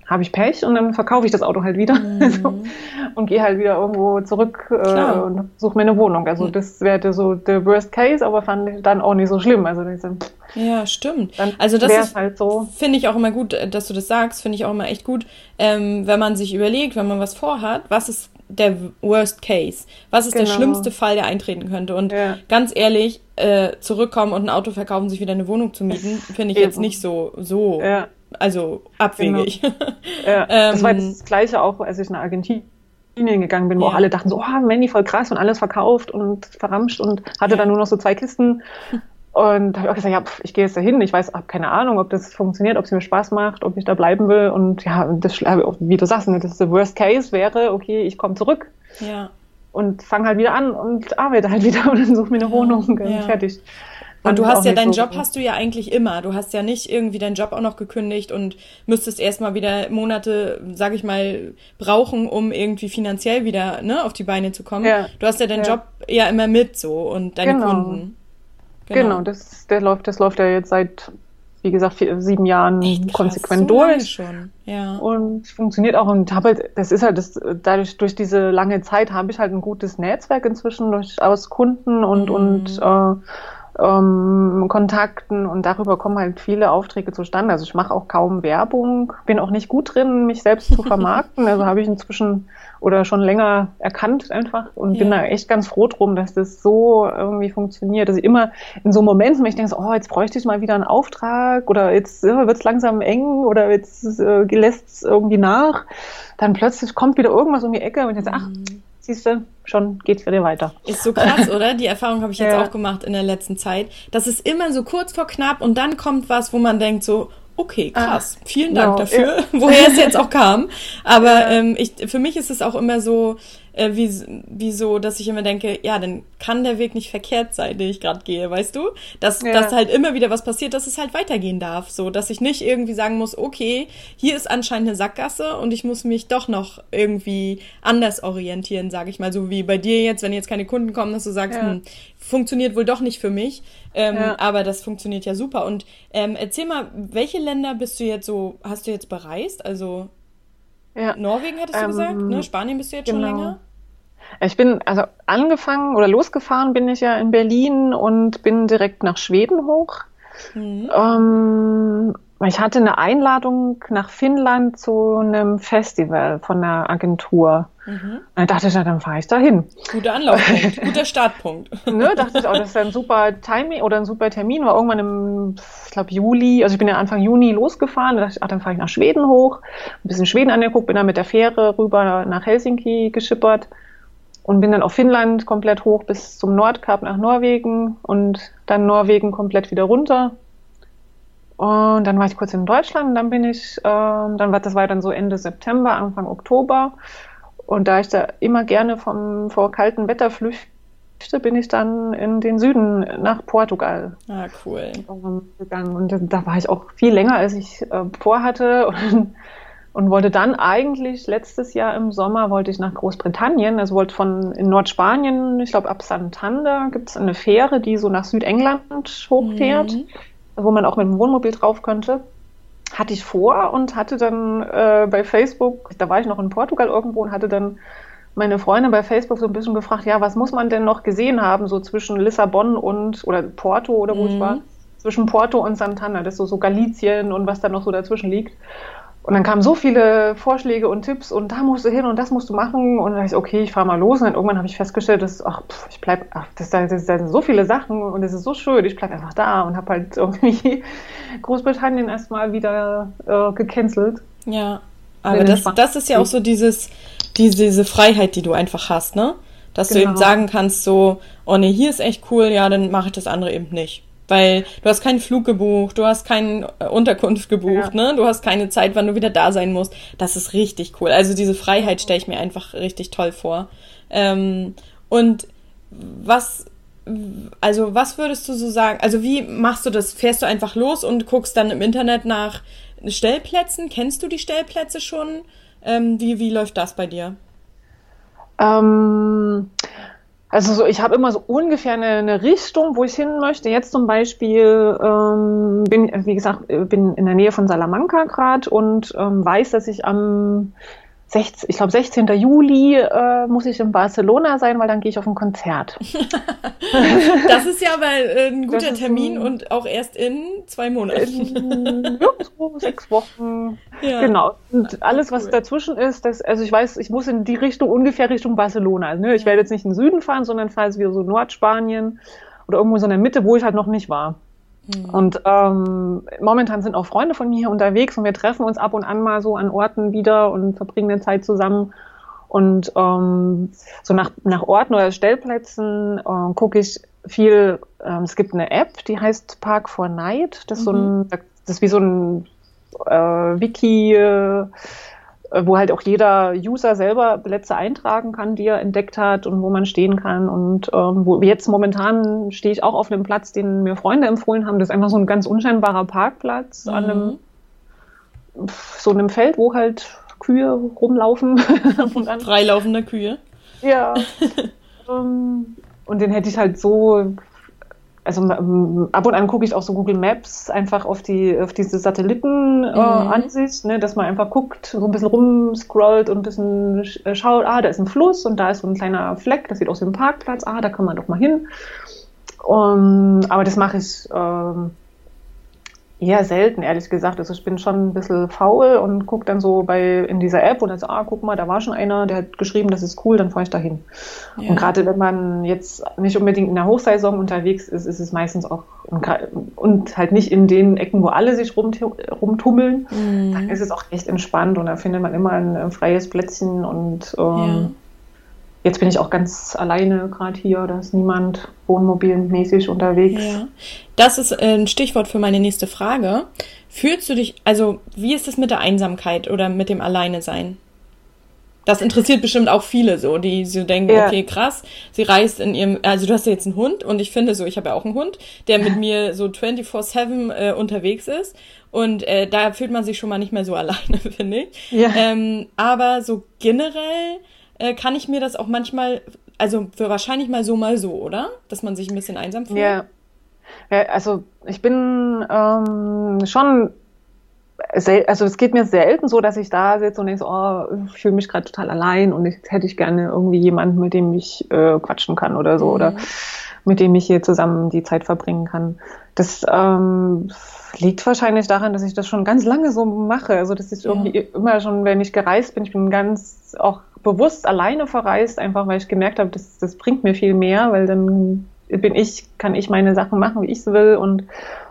habe ich Pech und dann verkaufe ich das Auto halt wieder und gehe halt wieder irgendwo zurück und suche mir eine Wohnung. Also das wäre so der Worst Case, aber fand ich dann auch nicht so schlimm. Also ja, stimmt. Also das ist halt so. Finde ich auch immer gut, dass du das sagst, finde ich auch immer echt gut, wenn man sich überlegt, wenn man was vorhat, was ist der Worst Case? Was ist der schlimmste Fall, der eintreten könnte? Und ganz ehrlich, zurückkommen und ein Auto verkaufen, sich wieder eine Wohnung zu mieten, finde ich jetzt nicht so also abwegig. Genau. Ja. Das war das Gleiche auch, als ich nach Argentinien gegangen bin, wo auch alle dachten so, oh, Manny, voll krass und alles verkauft und verramscht und hatte dann nur noch so 2 Kisten. Und da habe ich auch gesagt, ja, ich gehe jetzt dahin. Ich weiß, habe keine Ahnung, ob das funktioniert, ob es mir Spaß macht, ob ich da bleiben will. Und ja, das, wie du sagst, das der Worst Case wäre, okay, ich komme zurück und fange halt wieder an und arbeite halt wieder und dann suche mir eine Wohnung und fertig. Und du hast ja deinen Job hast du ja eigentlich immer. Du hast ja nicht irgendwie deinen Job auch noch gekündigt und müsstest erstmal wieder Monate, sag ich mal, brauchen, um irgendwie finanziell wieder auf die Beine zu kommen. Ja. Du hast ja deinen Job ja immer mit so und deine Kunden. Genau, das läuft ja jetzt seit, wie gesagt, 7 Jahren konsequent so durch. Schon. Ja. Und funktioniert auch. Und habe halt, das ist halt durch diese lange Zeit habe ich halt ein gutes Netzwerk inzwischen aus Kunden und Kontakten und darüber kommen halt viele Aufträge zustande. Also ich mache auch kaum Werbung, bin auch nicht gut drin, mich selbst zu vermarkten. Also habe ich inzwischen oder schon länger erkannt einfach und bin da echt ganz froh drum, dass das so irgendwie funktioniert. Dass ich immer in so Momenten, wenn ich denke, so, oh, jetzt bräuchte ich mal wieder einen Auftrag oder jetzt wird es langsam eng oder jetzt lässt es irgendwie nach, dann plötzlich kommt wieder irgendwas um die Ecke und ich sage, ach, siehst du, schon geht's wieder weiter. Ist so krass, oder? Die Erfahrung habe ich jetzt auch gemacht in der letzten Zeit. Das ist immer so kurz vor knapp und dann kommt was, wo man denkt so, okay, krass, vielen Dank dafür, woher es jetzt auch kam. Aber für mich ist es auch immer so, wie so, dass ich immer denke, ja, dann kann der Weg nicht verkehrt sein, den ich gerade gehe, weißt du? Dass halt immer wieder was passiert, dass es halt weitergehen darf. So, dass ich nicht irgendwie sagen muss, okay, hier ist anscheinend eine Sackgasse und ich muss mich doch noch irgendwie anders orientieren, sage ich mal. So wie bei dir jetzt, wenn jetzt keine Kunden kommen, dass du sagst, funktioniert wohl doch nicht für mich. Aber das funktioniert ja super. Und erzähl mal, welche Länder hast du jetzt bereist? Also Norwegen hattest du gesagt, ne? Spanien bist du jetzt schon länger? Ich bin, also losgefahren bin ich ja in Berlin und bin direkt nach Schweden hoch. Ich hatte eine Einladung nach Finnland zu einem Festival von einer Agentur. Dann dachte ich, dann fahre ich da hin. Guter Anlaufpunkt, guter Startpunkt. Dachte ich auch, das ist ein super Timing oder ein super Termin. War irgendwann im, ich glaube, Juli, also ich bin ja Anfang Juni losgefahren. Da dachte ich, dann fahre ich nach Schweden hoch. Ein bisschen Schweden angeguckt, bin dann mit der Fähre rüber nach Helsinki geschippert und bin dann auf Finnland komplett hoch bis zum Nordkap nach Norwegen und dann Norwegen komplett wieder runter. Und dann war ich kurz in Deutschland und dann bin ich, das war dann so Ende September, Anfang Oktober. Und da ich da immer gerne vor kaltem Wetter flüchte, bin ich dann in den Süden nach Portugal. Ah, cool. Gegangen. Und da war ich auch viel länger, als ich vorhatte. Und wollte dann eigentlich letztes Jahr im Sommer wollte ich nach Großbritannien, also wollte in Nordspanien, ich glaube ab Santander gibt es eine Fähre, die so nach Südengland hochfährt, wo man auch mit dem Wohnmobil drauf könnte. Hatte ich vor und hatte dann bei Facebook, da war ich noch in Portugal irgendwo und hatte dann meine Freundin bei Facebook so ein bisschen gefragt, ja, was muss man denn noch gesehen haben, so zwischen Lissabon oder Porto oder wo ich war, zwischen Porto und Santander, das ist so Galicien und was da noch so dazwischen liegt. Und dann kamen so viele Vorschläge und Tipps und da musst du hin und das musst du machen. Und dann dachte ich, okay, ich fahre mal los. Und dann irgendwann habe ich festgestellt, dass, das sind so viele Sachen und es ist so schön, ich bleibe einfach da und habe halt irgendwie Großbritannien erstmal wieder gecancelt. Ja, aber das ist ja auch so diese Freiheit, die du einfach hast, ne? Dass du eben sagen kannst so, oh nee, hier ist echt cool, ja, dann mache ich das andere eben nicht. Weil du hast keinen Flug gebucht, du hast keine Unterkunft gebucht, ne? Du hast keine Zeit, wann du wieder da sein musst. Das ist richtig cool. Also diese Freiheit stelle ich mir einfach richtig toll vor. Und was würdest du so sagen? Also wie machst du das? Fährst du einfach los und guckst dann im Internet nach Stellplätzen? Kennst du die Stellplätze schon? Wie läuft das bei dir? Also so, ich habe immer so ungefähr eine Richtung, wo ich hin möchte. Jetzt zum Beispiel wie gesagt, bin in der Nähe von Salamanca gerade und weiß, dass ich am 16. Juli muss ich in Barcelona sein, weil dann gehe ich auf ein Konzert. Das ist ja aber ein guter Termin und auch erst in 2 Monaten. Ja, so 6 Wochen. Ja. Genau. Und alles, was dazwischen ist, also ich weiß, ich muss in die Richtung, ungefähr Richtung Barcelona. Also, ne, ich werde jetzt nicht in den Süden fahren, sondern fahre jetzt wieder so Nordspanien oder irgendwo so in der Mitte, wo ich halt noch nicht war. Und momentan sind auch Freunde von mir unterwegs und wir treffen uns ab und an mal so an Orten wieder und verbringen eine Zeit zusammen. Und so nach Orten oder Stellplätzen gucke ich viel. Es gibt eine App, die heißt Park4Night. Das ist das ist wie so ein Wiki, wo halt auch jeder User selber Plätze eintragen kann, die er entdeckt hat und wo man stehen kann. Und wo jetzt momentan stehe ich auch auf einem Platz, den mir Freunde empfohlen haben. Das ist einfach so ein ganz unscheinbarer Parkplatz an so einem Feld, wo halt Kühe rumlaufen. Und dann freilaufende Kühe. Ja. Und den hätte ich halt so, also ab und an gucke ich auch so Google Maps einfach auf diese Satellitenansicht, ne, dass man einfach guckt, so ein bisschen rumscrollt und ein bisschen schaut, da ist ein Fluss und da ist so ein kleiner Fleck, das sieht aus wie ein Parkplatz, da kann man doch mal hin. Aber das mache ich eher selten, ehrlich gesagt. Also ich bin schon ein bisschen faul und gucke dann so in dieser App und dann so, guck mal, da war schon einer, der hat geschrieben, das ist cool, dann fahre ich dahin. Ja. Und gerade wenn man jetzt nicht unbedingt in der Hochsaison unterwegs ist, ist es meistens auch, und halt nicht in den Ecken, wo alle sich rumtummeln, dann ist es auch echt entspannt und da findet man immer ein freies Plätzchen und jetzt bin ich auch ganz alleine gerade hier, da ist niemand wohnmobilmäßig unterwegs. Ja. Das ist ein Stichwort für meine nächste Frage. Fühlst du dich, also wie ist es mit der Einsamkeit oder mit dem Alleine-Sein? Das interessiert bestimmt auch viele so, die so denken, okay, krass, sie reist also du hast ja jetzt einen Hund und ich finde so, ich habe ja auch einen Hund, der mit mir so 24/7 unterwegs ist und da fühlt man sich schon mal nicht mehr so alleine, finde ich. Ja. Aber so generell kann ich mir das auch manchmal, also für wahrscheinlich mal so, oder? Dass man sich ein bisschen einsam fühlt? Ja, also ich bin schon, also es geht mir selten so, dass ich da sitze und denke so, ich fühle mich gerade total allein und jetzt hätte ich gerne irgendwie jemanden, mit dem ich quatschen kann oder so oder mit dem ich hier zusammen die Zeit verbringen kann. Das liegt wahrscheinlich daran, dass ich das schon ganz lange so mache. Also das ist irgendwie immer schon, wenn ich gereist bin, ich bin ganz auch bewusst alleine verreist, einfach weil ich gemerkt habe, das bringt mir viel mehr, weil dann kann ich meine Sachen machen, wie ich es will und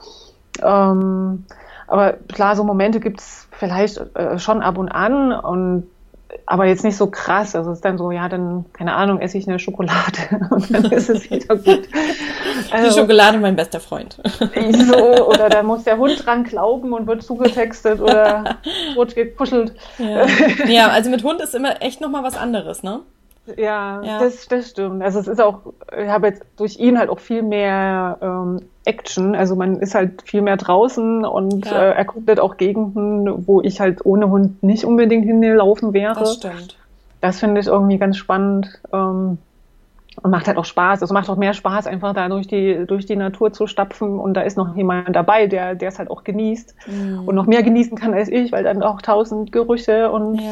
aber klar, so Momente gibt's vielleicht schon ab und an aber jetzt nicht so krass. Also es ist dann so, dann, keine Ahnung, esse ich eine Schokolade und dann ist es wieder gut. Die Schokolade mein bester Freund. So, oder da muss der Hund dran glauben und wird zugetextet oder wird gekuschelt. Ja, also mit Hund ist immer echt nochmal was anderes, ne? Ja. Das stimmt. Also es ist auch, ich habe jetzt durch ihn halt auch viel mehr Action. Also man ist halt viel mehr draußen und erkundet auch Gegenden, wo ich halt ohne Hund nicht unbedingt hinlaufen wäre. Das stimmt. Das finde ich irgendwie ganz spannend und macht halt auch Spaß. Also macht auch mehr Spaß, einfach da durch die Natur zu stapfen und da ist noch jemand dabei, der es halt auch genießt und noch mehr genießen kann als ich, weil dann auch 1000 Gerüche und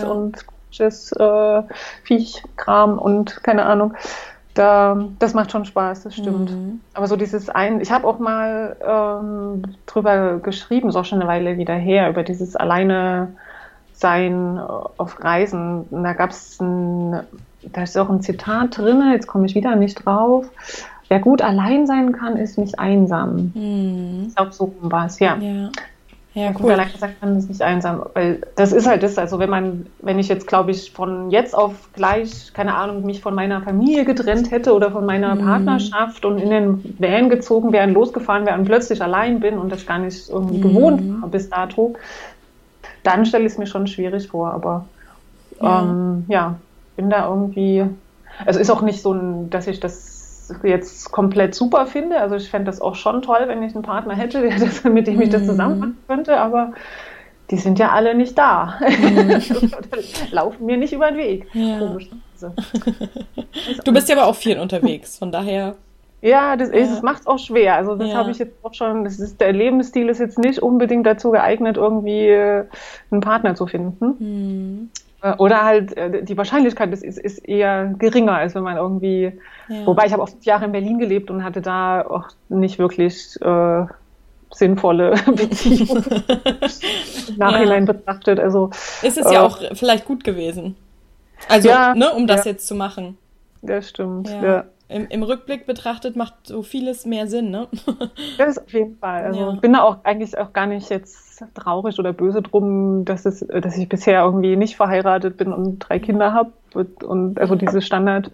Viechkram und keine Ahnung. Das macht schon Spaß, das stimmt. Aber so ich habe auch mal drüber geschrieben, ist auch schon eine Weile wieder her, über dieses Alleine-Sein auf Reisen. Und da ist auch ein Zitat drin, jetzt komme ich wieder nicht drauf. Wer gut allein sein kann, ist nicht einsam. Ich glaube, so war es, ja. Ja, cool. Allein gesagt, man ist nicht einsam, weil das ist halt das, also wenn ich jetzt, glaube ich, von jetzt auf gleich, keine Ahnung, mich von meiner Familie getrennt hätte oder von meiner Partnerschaft und in den Van gezogen wäre und losgefahren wäre und plötzlich allein bin und das gar nicht irgendwie gewohnt war bis dato, dann stelle ich es mir schon schwierig vor, aber bin da irgendwie, also ist auch nicht so, dass ich das jetzt komplett super finde. Also ich fände das auch schon toll, wenn ich einen Partner hätte, mit dem ich das zusammen machen könnte, aber die sind ja alle nicht da. Laufen mir nicht über den Weg. Ja. Komisch. Du bist ja aber auch viel unterwegs, von daher. Ja, das macht es auch schwer. Also das habe ich jetzt auch schon, der Lebensstil ist jetzt nicht unbedingt dazu geeignet, irgendwie einen Partner zu finden. Oder halt die Wahrscheinlichkeit ist eher geringer, als wenn man irgendwie, wobei ich habe auch 5 Jahre in Berlin gelebt und hatte da auch nicht wirklich sinnvolle Beziehungen im Nachhinein betrachtet. Also, ist es ja auch vielleicht gut gewesen. Also, um das jetzt zu machen. Das stimmt, ja. Im Rückblick betrachtet macht so vieles mehr Sinn, ne? Das ist auf jeden Fall. Also ich bin da auch eigentlich auch gar nicht jetzt traurig oder böse drum, dass ich bisher irgendwie nicht verheiratet bin und 3 Kinder habe. Und also diese Standard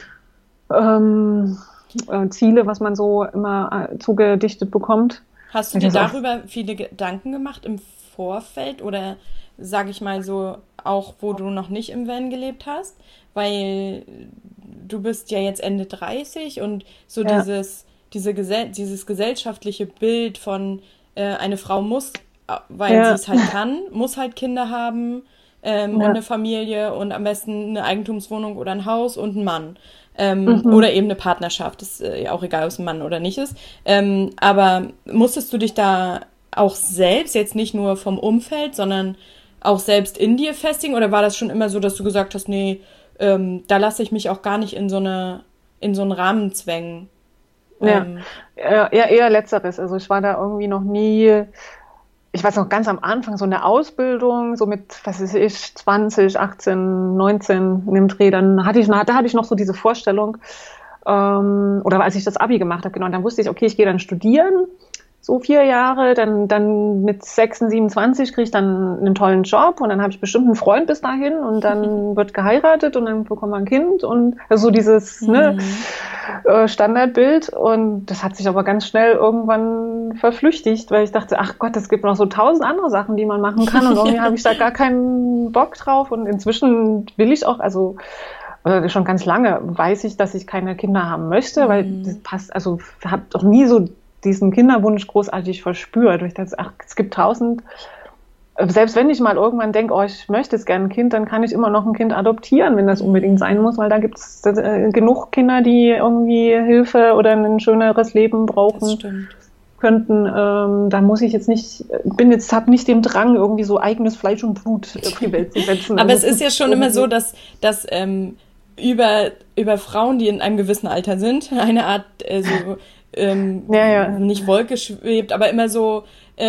Ziele, was man so immer zugedichtet bekommt. Hast du dir darüber viele Gedanken gemacht im Vorfeld oder sage ich mal so, auch wo du noch nicht im Van gelebt hast? Weil du bist ja jetzt Ende 30 und so dieses gesellschaftliche Bild von eine Frau muss, weil sie es halt kann, muss halt Kinder haben und eine Familie und am besten eine Eigentumswohnung oder ein Haus und einen Mann. Oder eben eine Partnerschaft, ist ja auch egal, ob es ein Mann oder nicht ist. Aber musstest du dich da auch selbst, jetzt nicht nur vom Umfeld, sondern auch selbst in dir festigen? Oder war das schon immer so, dass du gesagt hast, nee, da lasse ich mich auch gar nicht in so einen Rahmen zwängen? Ja, eher Letzteres. Also ich war da irgendwie noch nie, ich weiß noch ganz am Anfang, so eine Ausbildung, so mit, was weiß ich, 20, 18, 19 in dem Dreh, da hatte ich noch so diese Vorstellung, oder als ich das Abi gemacht habe, genau, dann wusste ich, okay, ich gehe dann studieren, so 4 Jahre, dann mit 26, 27 kriege ich dann einen tollen Job und dann habe ich bestimmt einen Freund bis dahin und dann wird geheiratet und dann bekommt man ein Kind und so dieses Standardbild und das hat sich aber ganz schnell irgendwann verflüchtigt, weil ich dachte, ach Gott, es gibt noch so 1000 andere Sachen, die man machen kann und irgendwie habe ich da gar keinen Bock drauf und inzwischen will ich auch, also schon ganz lange weiß ich, dass ich keine Kinder haben möchte, weil das passt, also ich habe doch nie so diesen Kinderwunsch großartig verspürt. Ich dachte, ach, es gibt 1000. Selbst wenn ich mal irgendwann denke, oh, ich möchte jetzt gerne ein Kind, dann kann ich immer noch ein Kind adoptieren, wenn das unbedingt sein muss, weil da gibt es genug Kinder, die irgendwie Hilfe oder ein schöneres Leben brauchen könnten. Da muss ich jetzt nicht, habe nicht den Drang, irgendwie so eigenes Fleisch und Blut auf die Welt zu setzen. Aber also es ist ja schon immer so, dass über Frauen, die in einem gewissen Alter sind, eine Art nicht Wolke schwebt, aber immer so,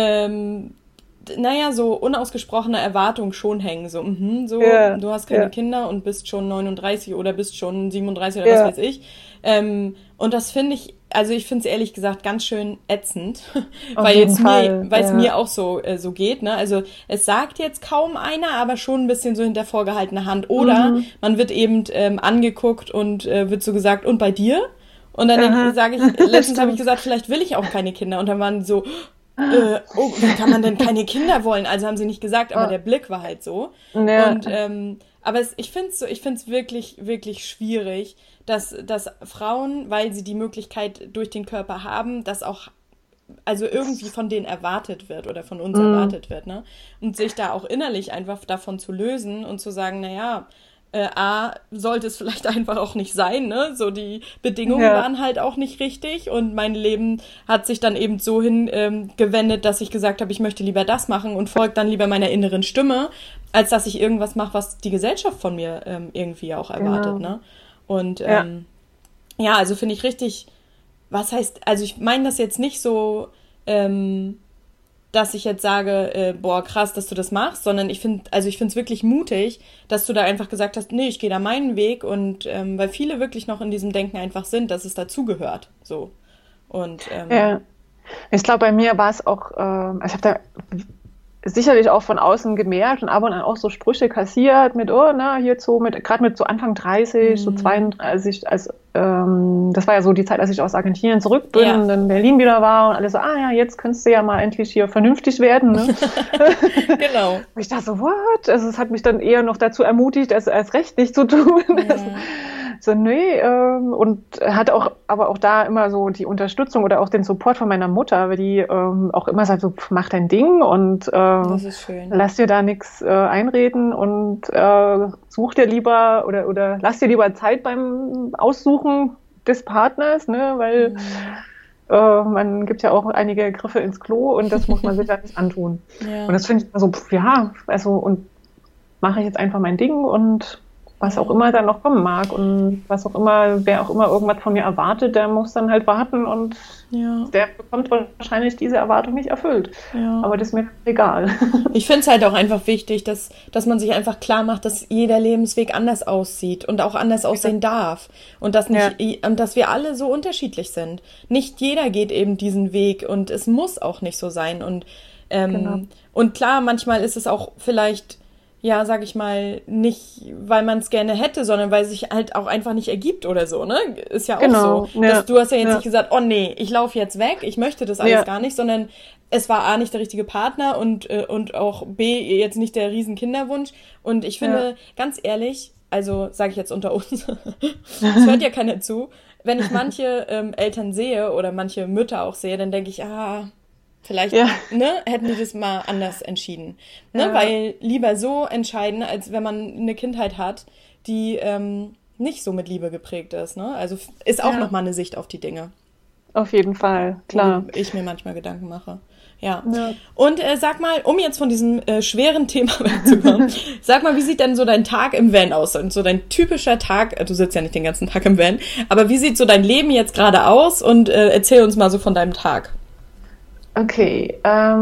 so unausgesprochene Erwartungen schon hängen. So, du hast keine Kinder und bist schon 39 oder bist schon 37 oder was weiß ich. Und das finde ich, also ich finde es ehrlich gesagt ganz schön ätzend, weil es mir auch so geht. Ne? Also es sagt jetzt kaum einer, aber schon ein bisschen so hinter vorgehaltener Hand. Oder man wird eben angeguckt und wird so gesagt, und bei dir? Und dann sage ich, letztens habe ich gesagt, vielleicht will ich auch keine Kinder. Und dann waren die so, wie kann man denn keine Kinder wollen? Also haben sie nicht gesagt, aber der Blick war halt so. Ja. Und aber ich finde es wirklich, wirklich schwierig, dass Frauen, weil sie die Möglichkeit durch den Körper haben, dass auch also irgendwie von denen erwartet wird oder von uns erwartet wird, ne? Und sich da auch innerlich einfach davon zu lösen und zu sagen, naja, sollte es vielleicht einfach auch nicht sein, ne? So die Bedingungen waren halt auch nicht richtig und mein Leben hat sich dann eben so gewendet, dass ich gesagt habe, ich möchte lieber das machen und folge dann lieber meiner inneren Stimme, als dass ich irgendwas mache, was die Gesellschaft von mir irgendwie auch erwartet, ne? Und also finde ich richtig, was heißt, also ich meine das jetzt nicht so, dass ich jetzt sage, boah, krass, dass du das machst, sondern ich finde es wirklich mutig, dass du da einfach gesagt hast, nee, ich gehe da meinen Weg und weil viele wirklich noch in diesem Denken einfach sind, dass es dazugehört, so. Und ich glaube, bei mir war es auch, ich habe da sicherlich auch von außen gemerkt und ab und an auch so Sprüche kassiert mit, gerade mit so Anfang 30, so 32, das war ja so die Zeit, als ich aus Argentinien zurück bin und in Berlin wieder war und alle so, jetzt könntest du ja mal endlich hier vernünftig werden. Ne? Genau. Und ich dachte so, what? Also es hat mich dann eher noch dazu ermutigt, es erst recht nicht zu tun. so, nee, und hat auch, aber auch da immer so die Unterstützung oder auch den Support von meiner Mutter, weil die auch immer sagt, so, mach dein Ding und Das ist schön. lass dir da nichts einreden und such dir lieber oder lass dir lieber Zeit beim Aussuchen des Partners, ne, weil man gibt ja auch einige Griffe ins Klo und das muss man sich ja nicht antun. Ja. Und das finde ich so, ja, also und mache ich jetzt einfach mein Ding und was auch immer dann noch kommen mag und was auch immer, wer auch immer irgendwas von mir erwartet, der muss dann halt warten und der bekommt wahrscheinlich diese Erwartung nicht erfüllt. Ja. Aber das ist mir egal. Ich finde es halt auch einfach wichtig, dass man sich einfach klar macht, dass jeder Lebensweg anders aussieht und auch anders aussehen darf. Und dass und dass wir alle so unterschiedlich sind. Nicht jeder geht eben diesen Weg und es muss auch nicht so sein. Und, und klar, manchmal ist es auch vielleicht, ja, sag ich mal, nicht, weil man es gerne hätte, sondern weil es sich halt auch einfach nicht ergibt oder so, ne? Ist ja auch so. Dass du hast ja jetzt nicht gesagt, oh nee, ich laufe jetzt weg, ich möchte das alles gar nicht, sondern es war A, nicht der richtige Partner und auch B, jetzt nicht der riesen Kinderwunsch. Und ich finde, ganz ehrlich, also sage ich jetzt unter uns, es hört ja keiner zu, wenn ich manche Eltern sehe oder manche Mütter auch sehe, dann denke ich, vielleicht hätten die das mal anders entschieden. Ne? Weil lieber so entscheiden, als wenn man eine Kindheit hat, die nicht so mit Liebe geprägt ist. Ne? Also ist auch nochmal eine Sicht auf die Dinge. Auf jeden Fall, klar. Wo ich mir manchmal Gedanken mache. Ja. Und sag mal, um jetzt von diesem schweren Thema wegzukommen, sag mal, wie sieht denn so dein Tag im Van aus? Und so dein typischer Tag, du sitzt ja nicht den ganzen Tag im Van, aber wie sieht so dein Leben jetzt gerade aus? Und erzähl uns mal so von deinem Tag. Okay,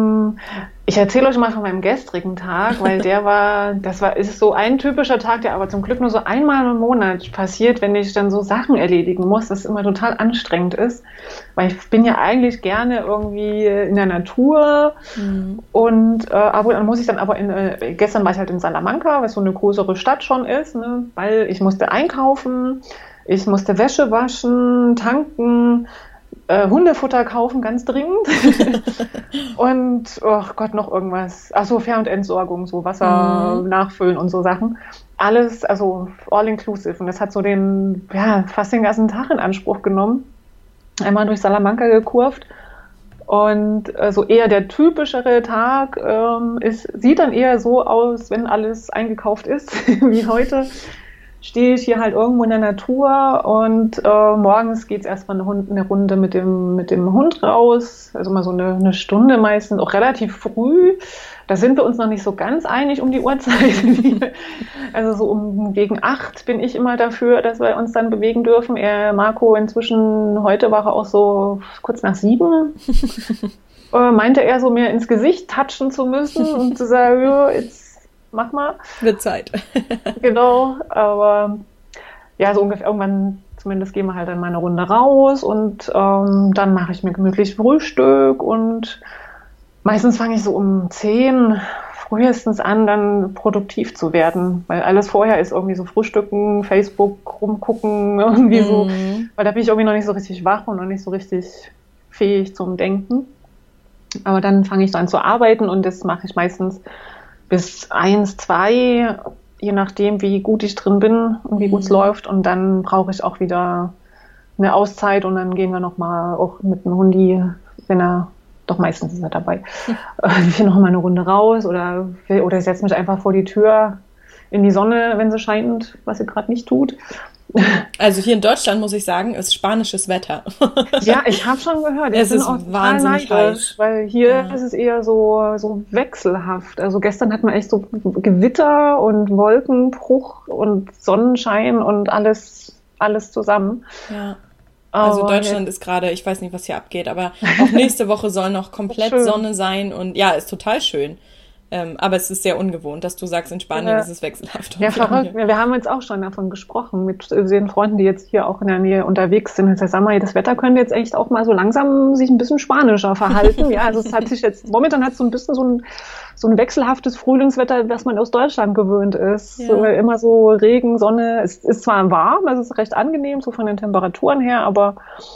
ich erzähle euch mal von meinem gestrigen Tag, weil ist so ein typischer Tag, der aber zum Glück nur so einmal im Monat passiert, wenn ich dann so Sachen erledigen muss, das immer total anstrengend ist, weil ich bin ja eigentlich gerne irgendwie in der Natur und ab und an muss ich dann aber gestern war ich halt in Salamanca, was so eine größere Stadt schon ist, ne, weil ich musste einkaufen, ich musste Wäsche waschen, tanken, Hundefutter kaufen, ganz dringend. Und, oh Gott, noch irgendwas. Achso, Fähr- und Entsorgung, so Wasser nachfüllen und so Sachen. Alles, also all inclusive. Und das hat so fast den ganzen Tag in Anspruch genommen. Einmal durch Salamanca gekurvt. Und so eher der typischere Tag sieht dann eher so aus, wenn alles eingekauft ist, wie heute. Stehe ich hier halt irgendwo in der Natur und morgens geht's erstmal eine Runde mit dem Hund raus, also mal so eine Stunde meistens, auch relativ früh. Da sind wir uns noch nicht so ganz einig um die Uhrzeit. Also so gegen 8 bin ich immer dafür, dass wir uns dann bewegen dürfen. Marco inzwischen, heute war er auch so kurz nach 7. Meinte er so mir ins Gesicht touchen zu müssen und zu sagen, ja, jetzt mach mal. Wird Zeit. Genau, aber ja, so ungefähr irgendwann zumindest gehen wir halt dann mal eine Runde raus und dann mache ich mir gemütlich Frühstück und meistens fange ich so um 10 frühestens an, dann produktiv zu werden, weil alles vorher ist irgendwie so Frühstücken, Facebook rumgucken, irgendwie so, weil da bin ich irgendwie noch nicht so richtig wach und noch nicht so richtig fähig zum Denken. Aber dann fange ich so an zu arbeiten und das mache ich meistens bis 1, 2, je nachdem, wie gut ich drin bin und wie gut es läuft. Und dann brauche ich auch wieder eine Auszeit und dann gehen wir nochmal auch mit dem Hundi, doch meistens ist er dabei, noch mal eine Runde raus oder ich setze mich einfach vor die Tür in die Sonne, wenn sie scheint, was sie gerade nicht tut. Also hier in Deutschland, muss ich sagen, ist spanisches Wetter. Ja, ich habe schon gehört. Es ist wahnsinnig heiß. Weil hier ist es eher so wechselhaft. Also gestern hatten wir echt so Gewitter und Wolkenbruch und Sonnenschein und alles zusammen. Ja. Also Deutschland ist gerade, ich weiß nicht, was hier abgeht, aber auch nächste Woche soll noch komplett Sonne sein und ja, ist total schön. Aber es ist sehr ungewohnt, dass du sagst, in Spanien ist es wechselhaft. Ja, verrückt. Wir haben jetzt auch schon davon gesprochen mit den Freunden, die jetzt hier auch in der Nähe unterwegs sind. Und ich sag mal, das Wetter könnte jetzt echt auch mal so langsam sich ein bisschen spanischer verhalten. Ja, also es hat sich jetzt, momentan hat es so ein bisschen so ein wechselhaftes Frühlingswetter, das man aus Deutschland gewöhnt ist. Ja. So, immer so Regen, Sonne. Es ist zwar warm, also es ist recht angenehm, so von den Temperaturen her, aber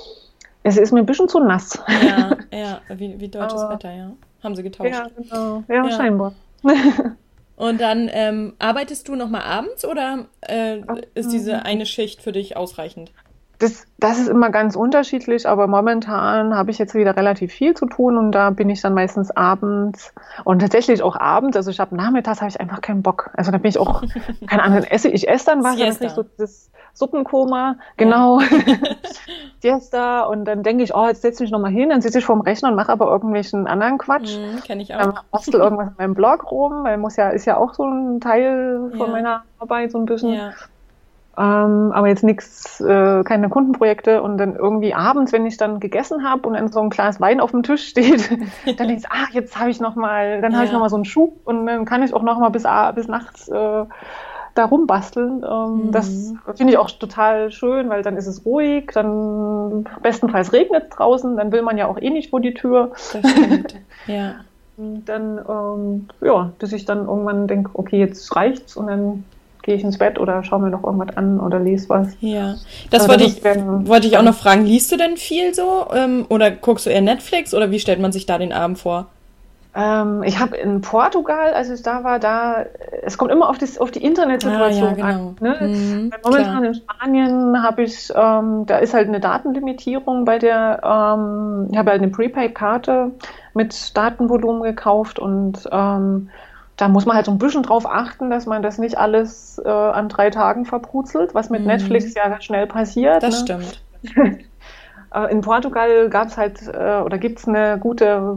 es ist mir ein bisschen zu nass. Ja, wie deutsches Wetter, ja. Haben sie getauscht. Ja, genau. Ja, scheinbar. Und dann arbeitest du nochmal abends oder ist diese eine Schicht für dich ausreichend? Das ist immer ganz unterschiedlich, aber momentan habe ich jetzt wieder relativ viel zu tun und da bin ich dann meistens abends und tatsächlich auch abends, also nachmittags habe ich einfach keinen Bock. Also da bin ich auch, keine Ahnung, ich esse dann was, dann kriege ich so das Suppenkoma, genau, Siesta und dann denke ich, jetzt setze ich mich nochmal hin, dann sitze ich vorm Rechner und mache aber irgendwelchen anderen Quatsch. Kenn ich auch. Dann bastel irgendwas in meinem Blog rum, weil ist ja auch so ein Teil von meiner Arbeit so ein bisschen. Ja. Aber jetzt keine Kundenprojekte und dann irgendwie abends, wenn ich dann gegessen habe und dann so ein Glas Wein auf dem Tisch steht, dann denke ich, jetzt habe ich nochmal, habe ich nochmal so einen Schub und dann kann ich auch nochmal bis nachts da rumbasteln. Das finde ich auch total schön, weil dann ist es ruhig, dann bestenfalls regnet es draußen, dann will man ja auch eh nicht vor die Tür. Das stimmt, ja. Und dann, bis ich dann irgendwann denke, okay, jetzt reicht's und dann gehe ich ins Bett oder schaue mir noch irgendwas an oder lese was. Ja, das wollte ich auch noch fragen. Liest du denn viel so? Oder guckst du eher Netflix oder wie stellt man sich da den Abend vor? Ich habe in Portugal, als ich da war, es kommt immer auf die Internetsituation an. Ne? Momentan in Spanien habe ich, da ist halt eine Datenlimitierung ich habe halt eine Prepaid-Karte mit Datenvolumen gekauft und da muss man halt so ein bisschen drauf achten, dass man das nicht alles an 3 Tagen verbruzelt, was mit Netflix ja schnell passiert. Das stimmt. In Portugal gibt's eine gute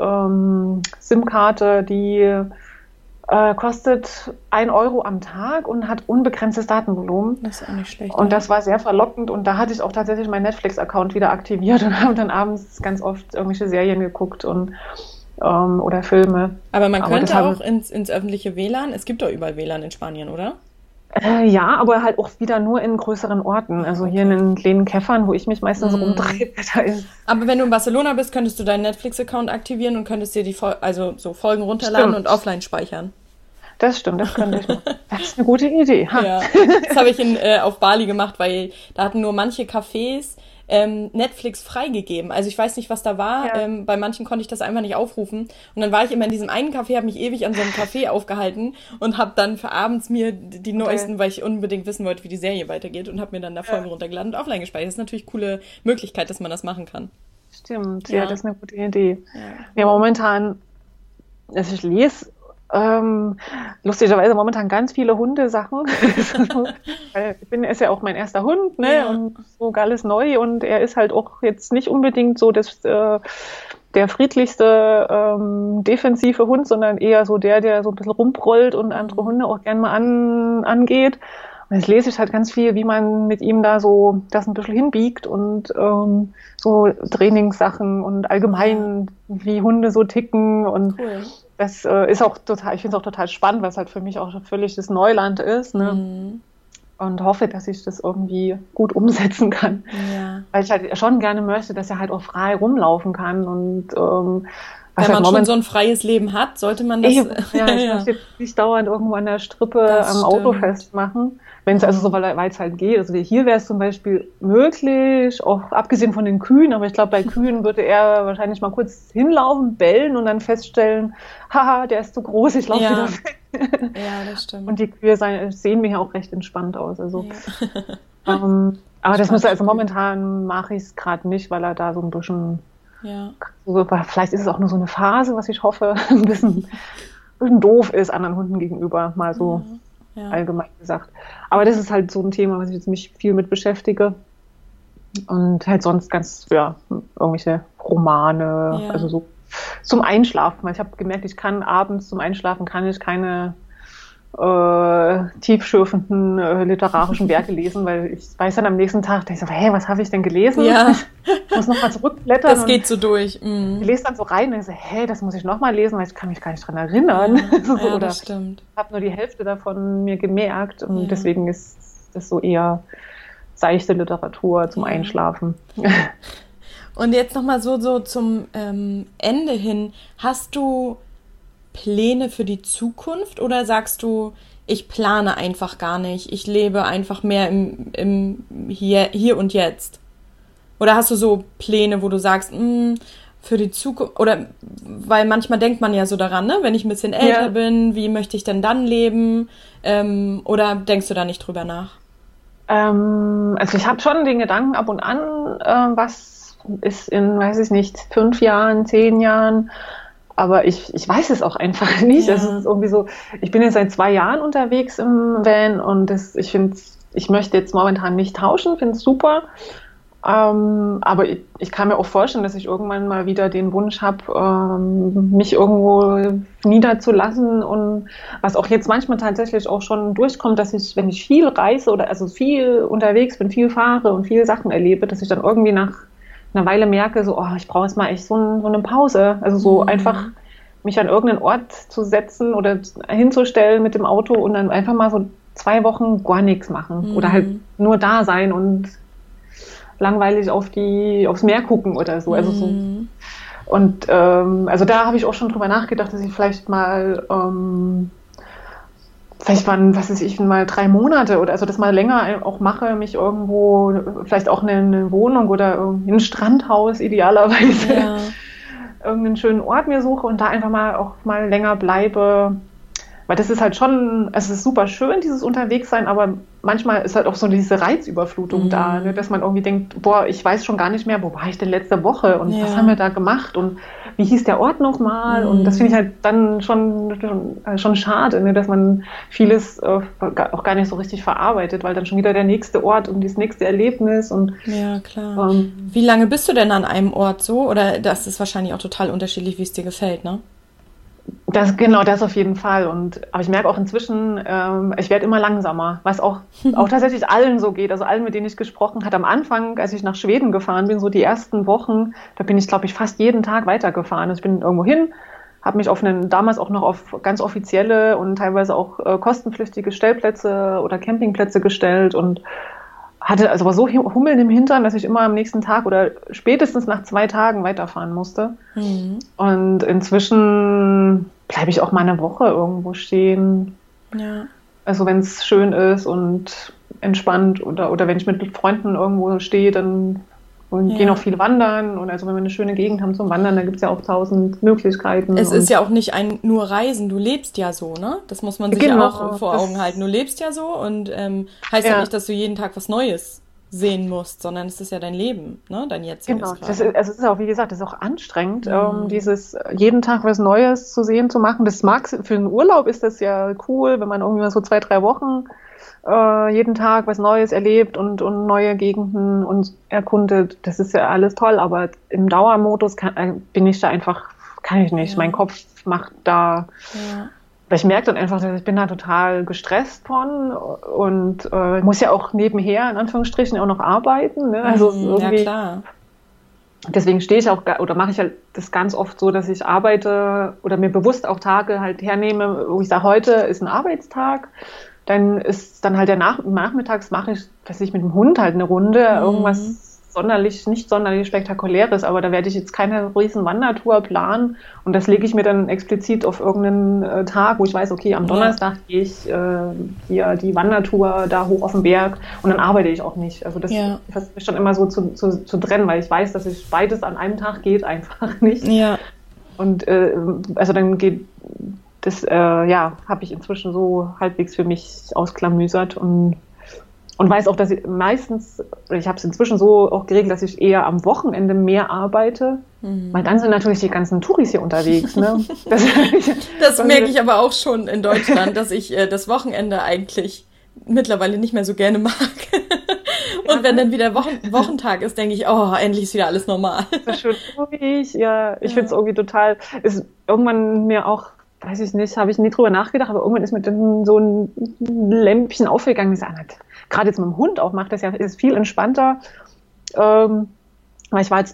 SIM-Karte, die kostet 1 Euro am Tag und hat unbegrenztes Datenvolumen. Das ist auch nicht schlecht. Und das war sehr verlockend und da hatte ich auch tatsächlich meinen Netflix-Account wieder aktiviert und habe dann abends ganz oft irgendwelche Serien geguckt oder Filme. Aber man könnte auch ins öffentliche WLAN, es gibt doch überall WLAN in Spanien, oder? Ja, aber halt auch wieder nur in größeren Orten. Also hier in den kleinen Käffern, wo ich mich meistens rumdrehe. Aber wenn du in Barcelona bist, könntest du deinen Netflix-Account aktivieren und könntest dir die Folgen runterladen und offline speichern. Das stimmt, das könnte ich machen. Das ist eine gute Idee. Ja, das habe ich auf Bali gemacht, weil da hatten nur manche Cafés Netflix freigegeben. Also ich weiß nicht, was da war. Ja. Bei manchen konnte ich das einfach nicht aufrufen. Und dann war ich immer in diesem einen Café, habe mich ewig an so einem Café aufgehalten und habe dann für abends mir die neuesten, weil ich unbedingt wissen wollte, wie die Serie weitergeht und habe mir dann da Folgen runtergeladen und offline gespeichert. Das ist natürlich eine coole Möglichkeit, dass man das machen kann. Stimmt, ja, das ist eine gute Idee. Ja, momentan, also ich lese lustigerweise momentan ganz viele Hundesachen. Ist ja auch mein erster Hund, ne? Ja. Und so alles neu und er ist halt auch jetzt nicht unbedingt so der friedlichste defensive Hund, sondern eher so der so ein bisschen rumbrollt und andere Hunde auch gern mal angeht. Und jetzt lese ich halt ganz viel, wie man mit ihm da so das ein bisschen hinbiegt und so Trainingssachen und allgemein, wie Hunde so ticken und cool. Das ist auch ich finde es auch total spannend, weil es halt für mich auch völlig das Neuland ist, ne? Und hoffe, dass ich das irgendwie gut umsetzen kann. Ja. Weil ich halt schon gerne möchte, dass er halt auch frei rumlaufen kann und wenn man schon so ein freies Leben hat, sollte man das... Ich möchte nicht dauernd irgendwo an der Strippe am Auto festmachen. Wenn es weil es halt geht. Also hier wäre es zum Beispiel möglich, auch abgesehen von den Kühen, aber ich glaube, bei Kühen würde er wahrscheinlich mal kurz hinlaufen, bellen und dann feststellen, haha, der ist zu groß, ich laufe wieder weg. Ja, das stimmt. Und die Kühe sehen mir ja auch recht entspannt aus. Also, aber das muss momentan mache ich es gerade nicht, weil er da so ein bisschen... Ja. Vielleicht ist es auch nur so eine Phase, was ich hoffe, ein bisschen doof ist anderen Hunden gegenüber, mal so allgemein gesagt. Aber das ist halt so ein Thema, was ich jetzt mich viel mit beschäftige. Und halt sonst irgendwelche Romane, also so zum Einschlafen. Weil ich habe gemerkt, ich kann abends zum Einschlafen keine tiefschürfenden literarischen Werke lesen, weil ich weiß dann am nächsten Tag, denke ich so, was habe ich denn gelesen? Ja. Ich muss nochmal zurückblättern. Das geht so durch. Ich lese dann so rein und denke so, das muss ich nochmal lesen, weil ich kann mich gar nicht dran erinnern. Ja, das stimmt. Ich habe nur die Hälfte davon mir gemerkt und deswegen ist das so eher seichte Literatur zum Einschlafen. Und jetzt nochmal so zum Ende hin, hast du Pläne für die Zukunft oder sagst du, ich plane einfach gar nicht, ich lebe einfach mehr im Hier und Jetzt? Oder hast du so Pläne, wo du sagst, für die Zukunft, oder weil manchmal denkt man ja so daran, ne, wenn ich ein bisschen älter bin, wie möchte ich denn dann leben? Oder denkst du da nicht drüber nach? Also ich habe schon den Gedanken ab und an, was ist in, weiß ich nicht, 5 Jahren, 10 Jahren, aber ich weiß es auch einfach nicht. Ja. Also es ist irgendwie so, ich bin jetzt seit 2 Jahren unterwegs im Van und ich möchte jetzt momentan nicht tauschen, finde es super. Aber ich kann mir auch vorstellen, dass ich irgendwann mal wieder den Wunsch habe, mich irgendwo niederzulassen, und was auch jetzt manchmal tatsächlich auch schon durchkommt, dass ich, wenn ich viel reise oder also viel unterwegs bin, viel fahre und viele Sachen erlebe, dass ich dann irgendwie nach einer Weile merke, so, oh, ich brauche jetzt mal echt so eine Pause. Also so einfach mich an irgendeinen Ort zu setzen oder hinzustellen mit dem Auto und dann einfach mal so 2 Wochen gar nichts machen oder halt nur da sein und langweilig aufs Meer gucken oder so. Also so. Und also da habe ich auch schon drüber nachgedacht, dass ich vielleicht mal was weiß ich, mal 3 Monate oder also das mal länger auch mache, mich irgendwo, vielleicht auch eine Wohnung oder ein Strandhaus idealerweise, irgendeinen schönen Ort mir suche und da einfach mal auch mal länger bleibe. Weil das ist halt schon, es ist super schön, dieses Unterwegssein, aber manchmal ist halt auch so diese Reizüberflutung da, ne, dass man irgendwie denkt, boah, ich weiß schon gar nicht mehr, wo war ich denn letzte Woche und was haben wir da gemacht und wie hieß der Ort nochmal? Und das finde ich halt dann schon schade, ne, dass man vieles auch gar nicht so richtig verarbeitet, weil dann schon wieder der nächste Ort und das nächste Erlebnis und ja, klar. Wie lange bist du denn an einem Ort so? Oder das ist wahrscheinlich auch total unterschiedlich, wie es dir gefällt, ne? Das auf jeden Fall. Aber ich merke auch inzwischen, ich werde immer langsamer, was auch tatsächlich allen so geht. Also allen, mit denen ich gesprochen habe. Am Anfang, als ich nach Schweden gefahren bin, so die ersten Wochen, da bin ich, glaube ich, fast jeden Tag weitergefahren. Also ich bin irgendwo hin, habe mich damals auch noch auf ganz offizielle und teilweise auch kostenpflichtige Stellplätze oder Campingplätze gestellt und hatte also so Hummeln im Hintern, dass ich immer am nächsten Tag oder spätestens nach 2 Tagen weiterfahren musste. Und inzwischen bleibe ich auch mal eine Woche irgendwo stehen. Ja. Also wenn es schön ist und entspannt oder wenn ich mit Freunden irgendwo stehe, dann gehen auch viel wandern. Und also wenn wir eine schöne Gegend haben zum Wandern, da gibt es ja auch 1000 Möglichkeiten. Es ist ja auch nicht nur Reisen, du lebst ja so, ne? Das muss man sich auch vor Augen halten. Du lebst ja so und heißt ja nicht, dass du jeden Tag was Neues sehen musst, sondern es ist ja dein Leben, ne? Dein jetziges. Genau, es ist auch, wie gesagt, das ist auch anstrengend, dieses jeden Tag was Neues zu sehen, zu machen. Das für einen Urlaub ist das ja cool, wenn man irgendwie mal so 2, 3 Wochen jeden Tag was Neues erlebt und neue Gegenden und erkundet. Das ist ja alles toll, aber im Dauermodus kann ich nicht. Mein Kopf macht da, weil ich merke dann einfach, dass ich bin da total gestresst von und ich muss ja auch nebenher, in Anführungsstrichen, auch noch arbeiten. Ne? Also irgendwie, ja, klar. Deswegen stehe ich auch, oder mache ich halt das ganz oft so, dass ich arbeite oder mir bewusst auch Tage halt hernehme, wo ich sage, heute ist ein Arbeitstag. Dann ist dann halt nachmittags mache ich, weiß ich, mit dem Hund halt eine Runde, irgendwas nicht sonderlich Spektakuläres, aber da werde ich jetzt keine riesen Wandertour planen und das lege ich mir dann explizit auf irgendeinen Tag, wo ich weiß, okay, am Donnerstag gehe ich hier die Wandertour da hoch auf den Berg und dann arbeite ich auch nicht. Also das versuche ich dann immer so zu trennen, weil ich weiß, dass ich beides an einem Tag geht einfach nicht. Ja. Und also dann geht das habe ich inzwischen so halbwegs für mich ausklamüsert und weiß auch, dass ich habe es inzwischen so auch geregelt, dass ich eher am Wochenende mehr arbeite, weil dann sind natürlich die ganzen Touris hier unterwegs. Ne? Das merke ich aber auch schon in Deutschland, dass ich das Wochenende eigentlich mittlerweile nicht mehr so gerne mag. Und wenn dann wieder Wochentag ist, denke ich, oh, endlich ist wieder alles normal. Das ist schön ruhig. Ja, ich finde es irgendwie total, ist irgendwann mir auch, weiß ich nicht, habe ich nie drüber nachgedacht, aber irgendwann ist mir dann so ein Lämpchen aufgegangen, die sagt, gerade jetzt mit dem Hund auch macht das ja, ist viel entspannter. Weil ich war jetzt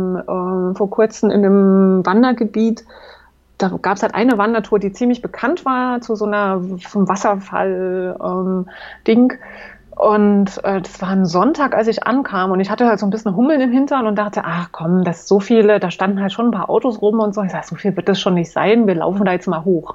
vor kurzem in einem Wandergebiet, da gab es halt eine Wandertour, die ziemlich bekannt war, zu so vom Wasserfall-Ding. Und das war ein Sonntag, als ich ankam und ich hatte halt so ein bisschen Hummeln im Hintern und dachte, ach komm, das ist so viele, da standen halt schon ein paar Autos rum und so. Ich sage, so viel wird das schon nicht sein, wir laufen da jetzt mal hoch.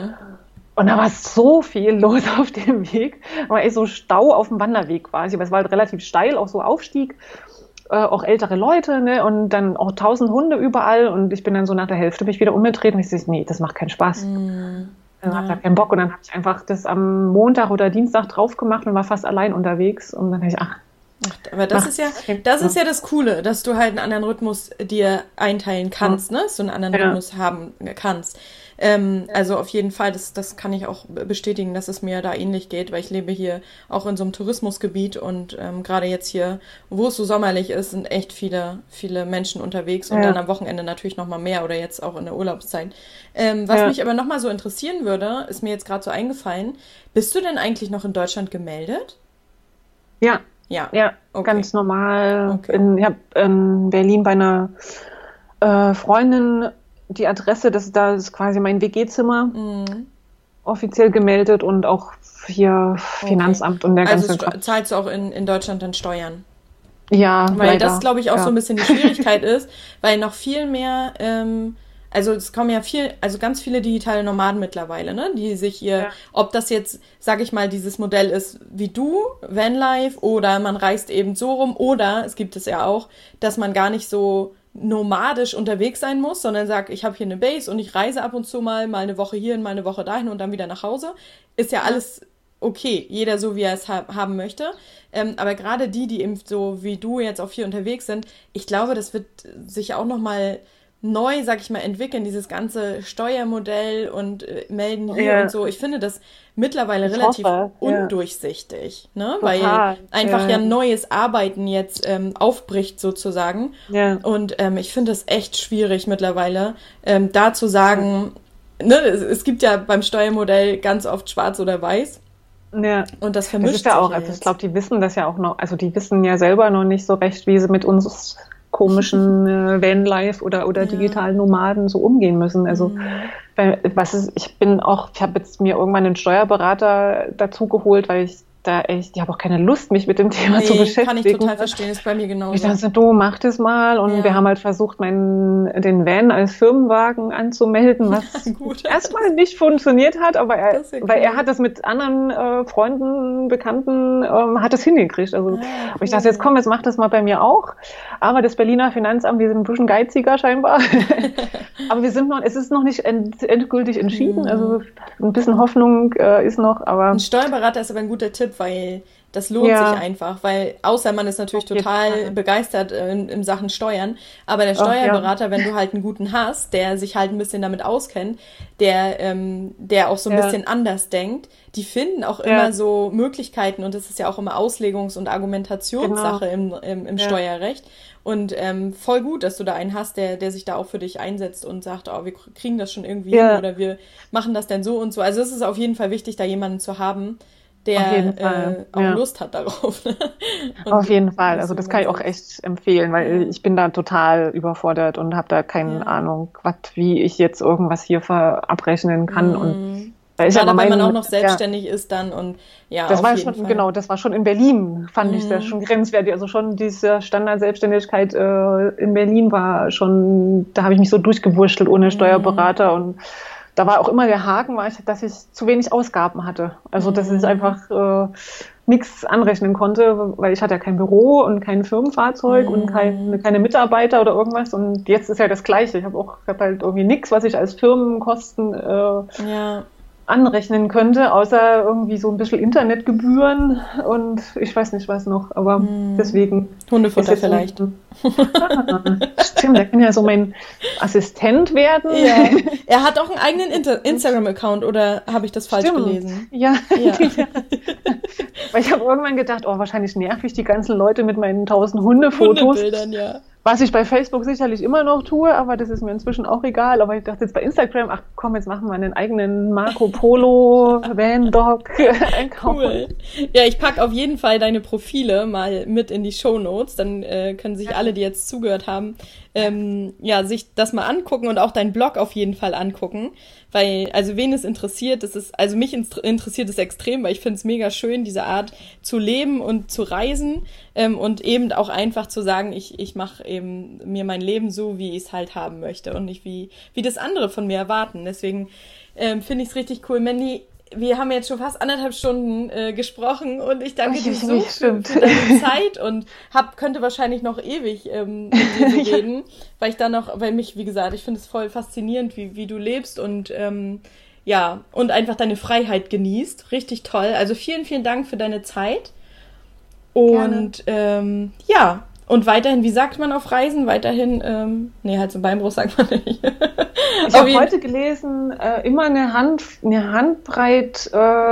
Und da war so viel los auf dem Weg, weil so Stau auf dem Wanderweg quasi, aber es war halt relativ steil, auch so Aufstieg. auch ältere Leute, ne, und dann auch 1000 Hunde überall und ich bin dann so nach der Hälfte mich wieder umgedreht und ich so, nee, das macht keinen Spaß. Dann hat er keinen Bock und dann habe ich einfach das am Montag oder Dienstag drauf gemacht und war fast allein unterwegs und dann dachte ich, aber das ist ja das Coole, dass du halt einen anderen Rhythmus dir einteilen kannst, ne? Dass du einen anderen Rhythmus haben kannst. Also auf jeden Fall, das kann ich auch bestätigen, dass es mir da ähnlich geht, weil ich lebe hier auch in so einem Tourismusgebiet und gerade jetzt hier, wo es so sommerlich ist, sind echt viele Menschen unterwegs und dann am Wochenende natürlich nochmal mehr oder jetzt auch in der Urlaubszeit. Was mich aber nochmal so interessieren würde, ist mir jetzt gerade so eingefallen, bist du denn eigentlich noch in Deutschland gemeldet? Ja, okay. Ganz normal. Okay. Ich habe in Berlin bei einer Freundin die Adresse, das ist quasi mein WG-Zimmer, offiziell gemeldet und auch hier Finanzamt und der ganze Also zahlst du auch in Deutschland dann Steuern? Ja, weil leider. Das, glaube ich, auch so ein bisschen die Schwierigkeit ist, weil noch viel mehr, also es kommen ja ganz viele digitale Nomaden mittlerweile, ne, die sich ob das jetzt, sag ich mal, dieses Modell ist wie du, Vanlife, oder man reist eben so rum, oder es gibt es ja auch, dass man gar nicht so nomadisch unterwegs sein muss, sondern sagt, ich habe hier eine Base und ich reise ab und zu mal eine Woche hierhin, mal eine Woche dahin und dann wieder nach Hause. Ist ja alles okay, jeder so, wie er es haben möchte. Aber gerade die eben so wie du jetzt auch viel unterwegs sind, ich glaube, das wird sich auch nochmal neu, sag ich mal, entwickeln, dieses ganze Steuermodell und melden hier und so. Ich finde das mittlerweile relativ undurchsichtig, ne? Total. Weil einfach neues Arbeiten jetzt aufbricht sozusagen. Ja. Und ich finde es echt schwierig mittlerweile, da zu sagen, ne, es gibt ja beim Steuermodell ganz oft schwarz oder weiß. Ja. Und das vermischt sich auch. Also ich glaube, die wissen das ja auch noch, also die wissen ja selber noch nicht so recht, wie sie mit uns komischen Vanlife oder digitalen Nomaden so umgehen müssen. Also ich habe jetzt mir irgendwann einen Steuerberater dazu geholt, weil ich ich habe auch keine Lust, mich mit dem Thema zu beschäftigen. Kann ich total verstehen, ist bei mir genauso. Ich dachte, du mach das mal und wir haben halt versucht, den Van als Firmenwagen anzumelden, was erstmal nicht funktioniert hat, aber weil er hat das mit anderen Freunden, Bekannten, hat das hingekriegt. Also aber ich dachte, jetzt mach das mal bei mir auch. Aber das Berliner Finanzamt, die sind ein bisschen geiziger scheinbar. Aber es ist noch nicht endgültig entschieden. Also ein bisschen Hoffnung ist noch, aber... Ein Steuerberater ist aber ein guter Tipp, weil das lohnt sich einfach, weil außer man ist natürlich total begeistert in Sachen Steuern, aber der Steuerberater, wenn du halt einen guten hast, der sich halt ein bisschen damit auskennt, der auch so ein bisschen anders denkt, die finden auch immer so Möglichkeiten und das ist ja auch immer Auslegungs- und Argumentationssache im Steuerrecht. Und voll gut, dass du da einen hast, der sich da auch für dich einsetzt und sagt, wir kriegen das schon irgendwie hin oder wir machen das denn so und so. Also es ist auf jeden Fall wichtig, da jemanden zu haben, der auch Lust hat darauf. Auf jeden Fall. Also das kann ich auch echt empfehlen, weil ich bin da total überfordert und habe da keine Ahnung, wie ich jetzt irgendwas hier abrechnen kann. Und gerade wenn man auch noch selbstständig ist dann und das war schon, genau, das war schon in Berlin, fand ich das schon grenzwertig. Also schon diese Standard-Selbstständigkeit in Berlin war schon, da habe ich mich so durchgewurschtelt ohne Steuerberater und da war auch immer der Haken, dass ich zu wenig Ausgaben hatte. Also dass ich einfach nichts anrechnen konnte, weil ich hatte ja kein Büro und kein Firmenfahrzeug und keine Mitarbeiter oder irgendwas. Und jetzt ist ja das Gleiche. Ich habe halt irgendwie nichts, was ich als Firmenkosten anrechnen könnte, außer irgendwie so ein bisschen Internetgebühren und ich weiß nicht was noch, aber deswegen... Hundefutter vielleicht. Stimmt, der kann ja so mein Assistent werden. Ja. Er hat auch einen eigenen Instagram-Account, oder habe ich das falsch gelesen? Ja. Weil ich habe irgendwann gedacht, wahrscheinlich nerv ich die ganzen Leute mit meinen 1000 Hundefotos. Hundebildern, Was ich bei Facebook sicherlich immer noch tue, aber das ist mir inzwischen auch egal. Aber ich dachte jetzt bei Instagram, ach komm, jetzt machen wir einen eigenen Marco Polo Van Dog Account. Cool. Ja, ich packe auf jeden Fall deine Profile mal mit in die Shownotes. Dann können sich alle, die jetzt zugehört haben, sich das mal angucken und auch deinen Blog auf jeden Fall angucken. Weil, also wen es interessiert, mich interessiert es extrem, weil ich finde es mega schön, diese Art zu leben und zu reisen und eben auch einfach zu sagen, ich mache eben mir mein Leben so, wie ich es halt haben möchte und nicht wie das andere von mir erwarten. Deswegen finde ich es richtig cool. Mandy, wir haben jetzt schon fast 1,5 Stunden gesprochen und ich danke dir so für deine Zeit und könnte wahrscheinlich noch ewig mit dir reden, weil mich, wie gesagt, ich finde es voll faszinierend, wie du lebst und und einfach deine Freiheit genießt. Richtig toll. Also vielen, vielen Dank für deine Zeit. Und und weiterhin, wie sagt man auf Reisen? Weiterhin, Hals- und Beinbruch sagt man nicht. Ich habe heute gelesen, immer eine Handbreit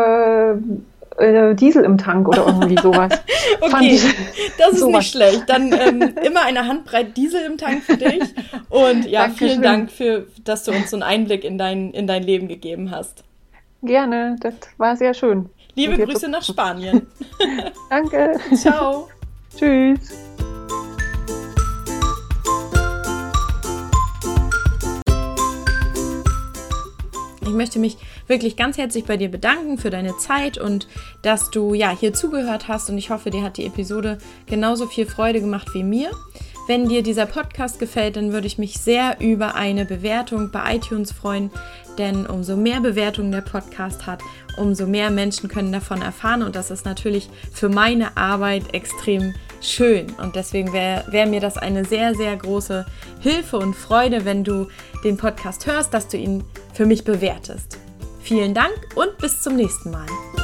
Diesel im Tank oder irgendwie sowas. Okay, das ist nicht schlecht. Dann immer eine Handbreit Diesel im Tank für dich. Und ja, vielen Dank dass du uns so einen Einblick in dein Leben gegeben hast. Gerne, das war sehr schön. Liebe Grüße nach Spanien. Danke. Ciao. Tschüss. Ich möchte mich wirklich ganz herzlich bei dir bedanken für deine Zeit und dass du hier zugehört hast und ich hoffe, dir hat die Episode genauso viel Freude gemacht wie mir. Wenn dir dieser Podcast gefällt, dann würde ich mich sehr über eine Bewertung bei iTunes freuen, denn umso mehr Bewertungen der Podcast hat, umso mehr Menschen können davon erfahren und das ist natürlich für meine Arbeit extrem schön und deswegen wäre mir das eine sehr, sehr große Hilfe und Freude, wenn du den Podcast hörst, dass du ihn für mich bewertest. Vielen Dank und bis zum nächsten Mal.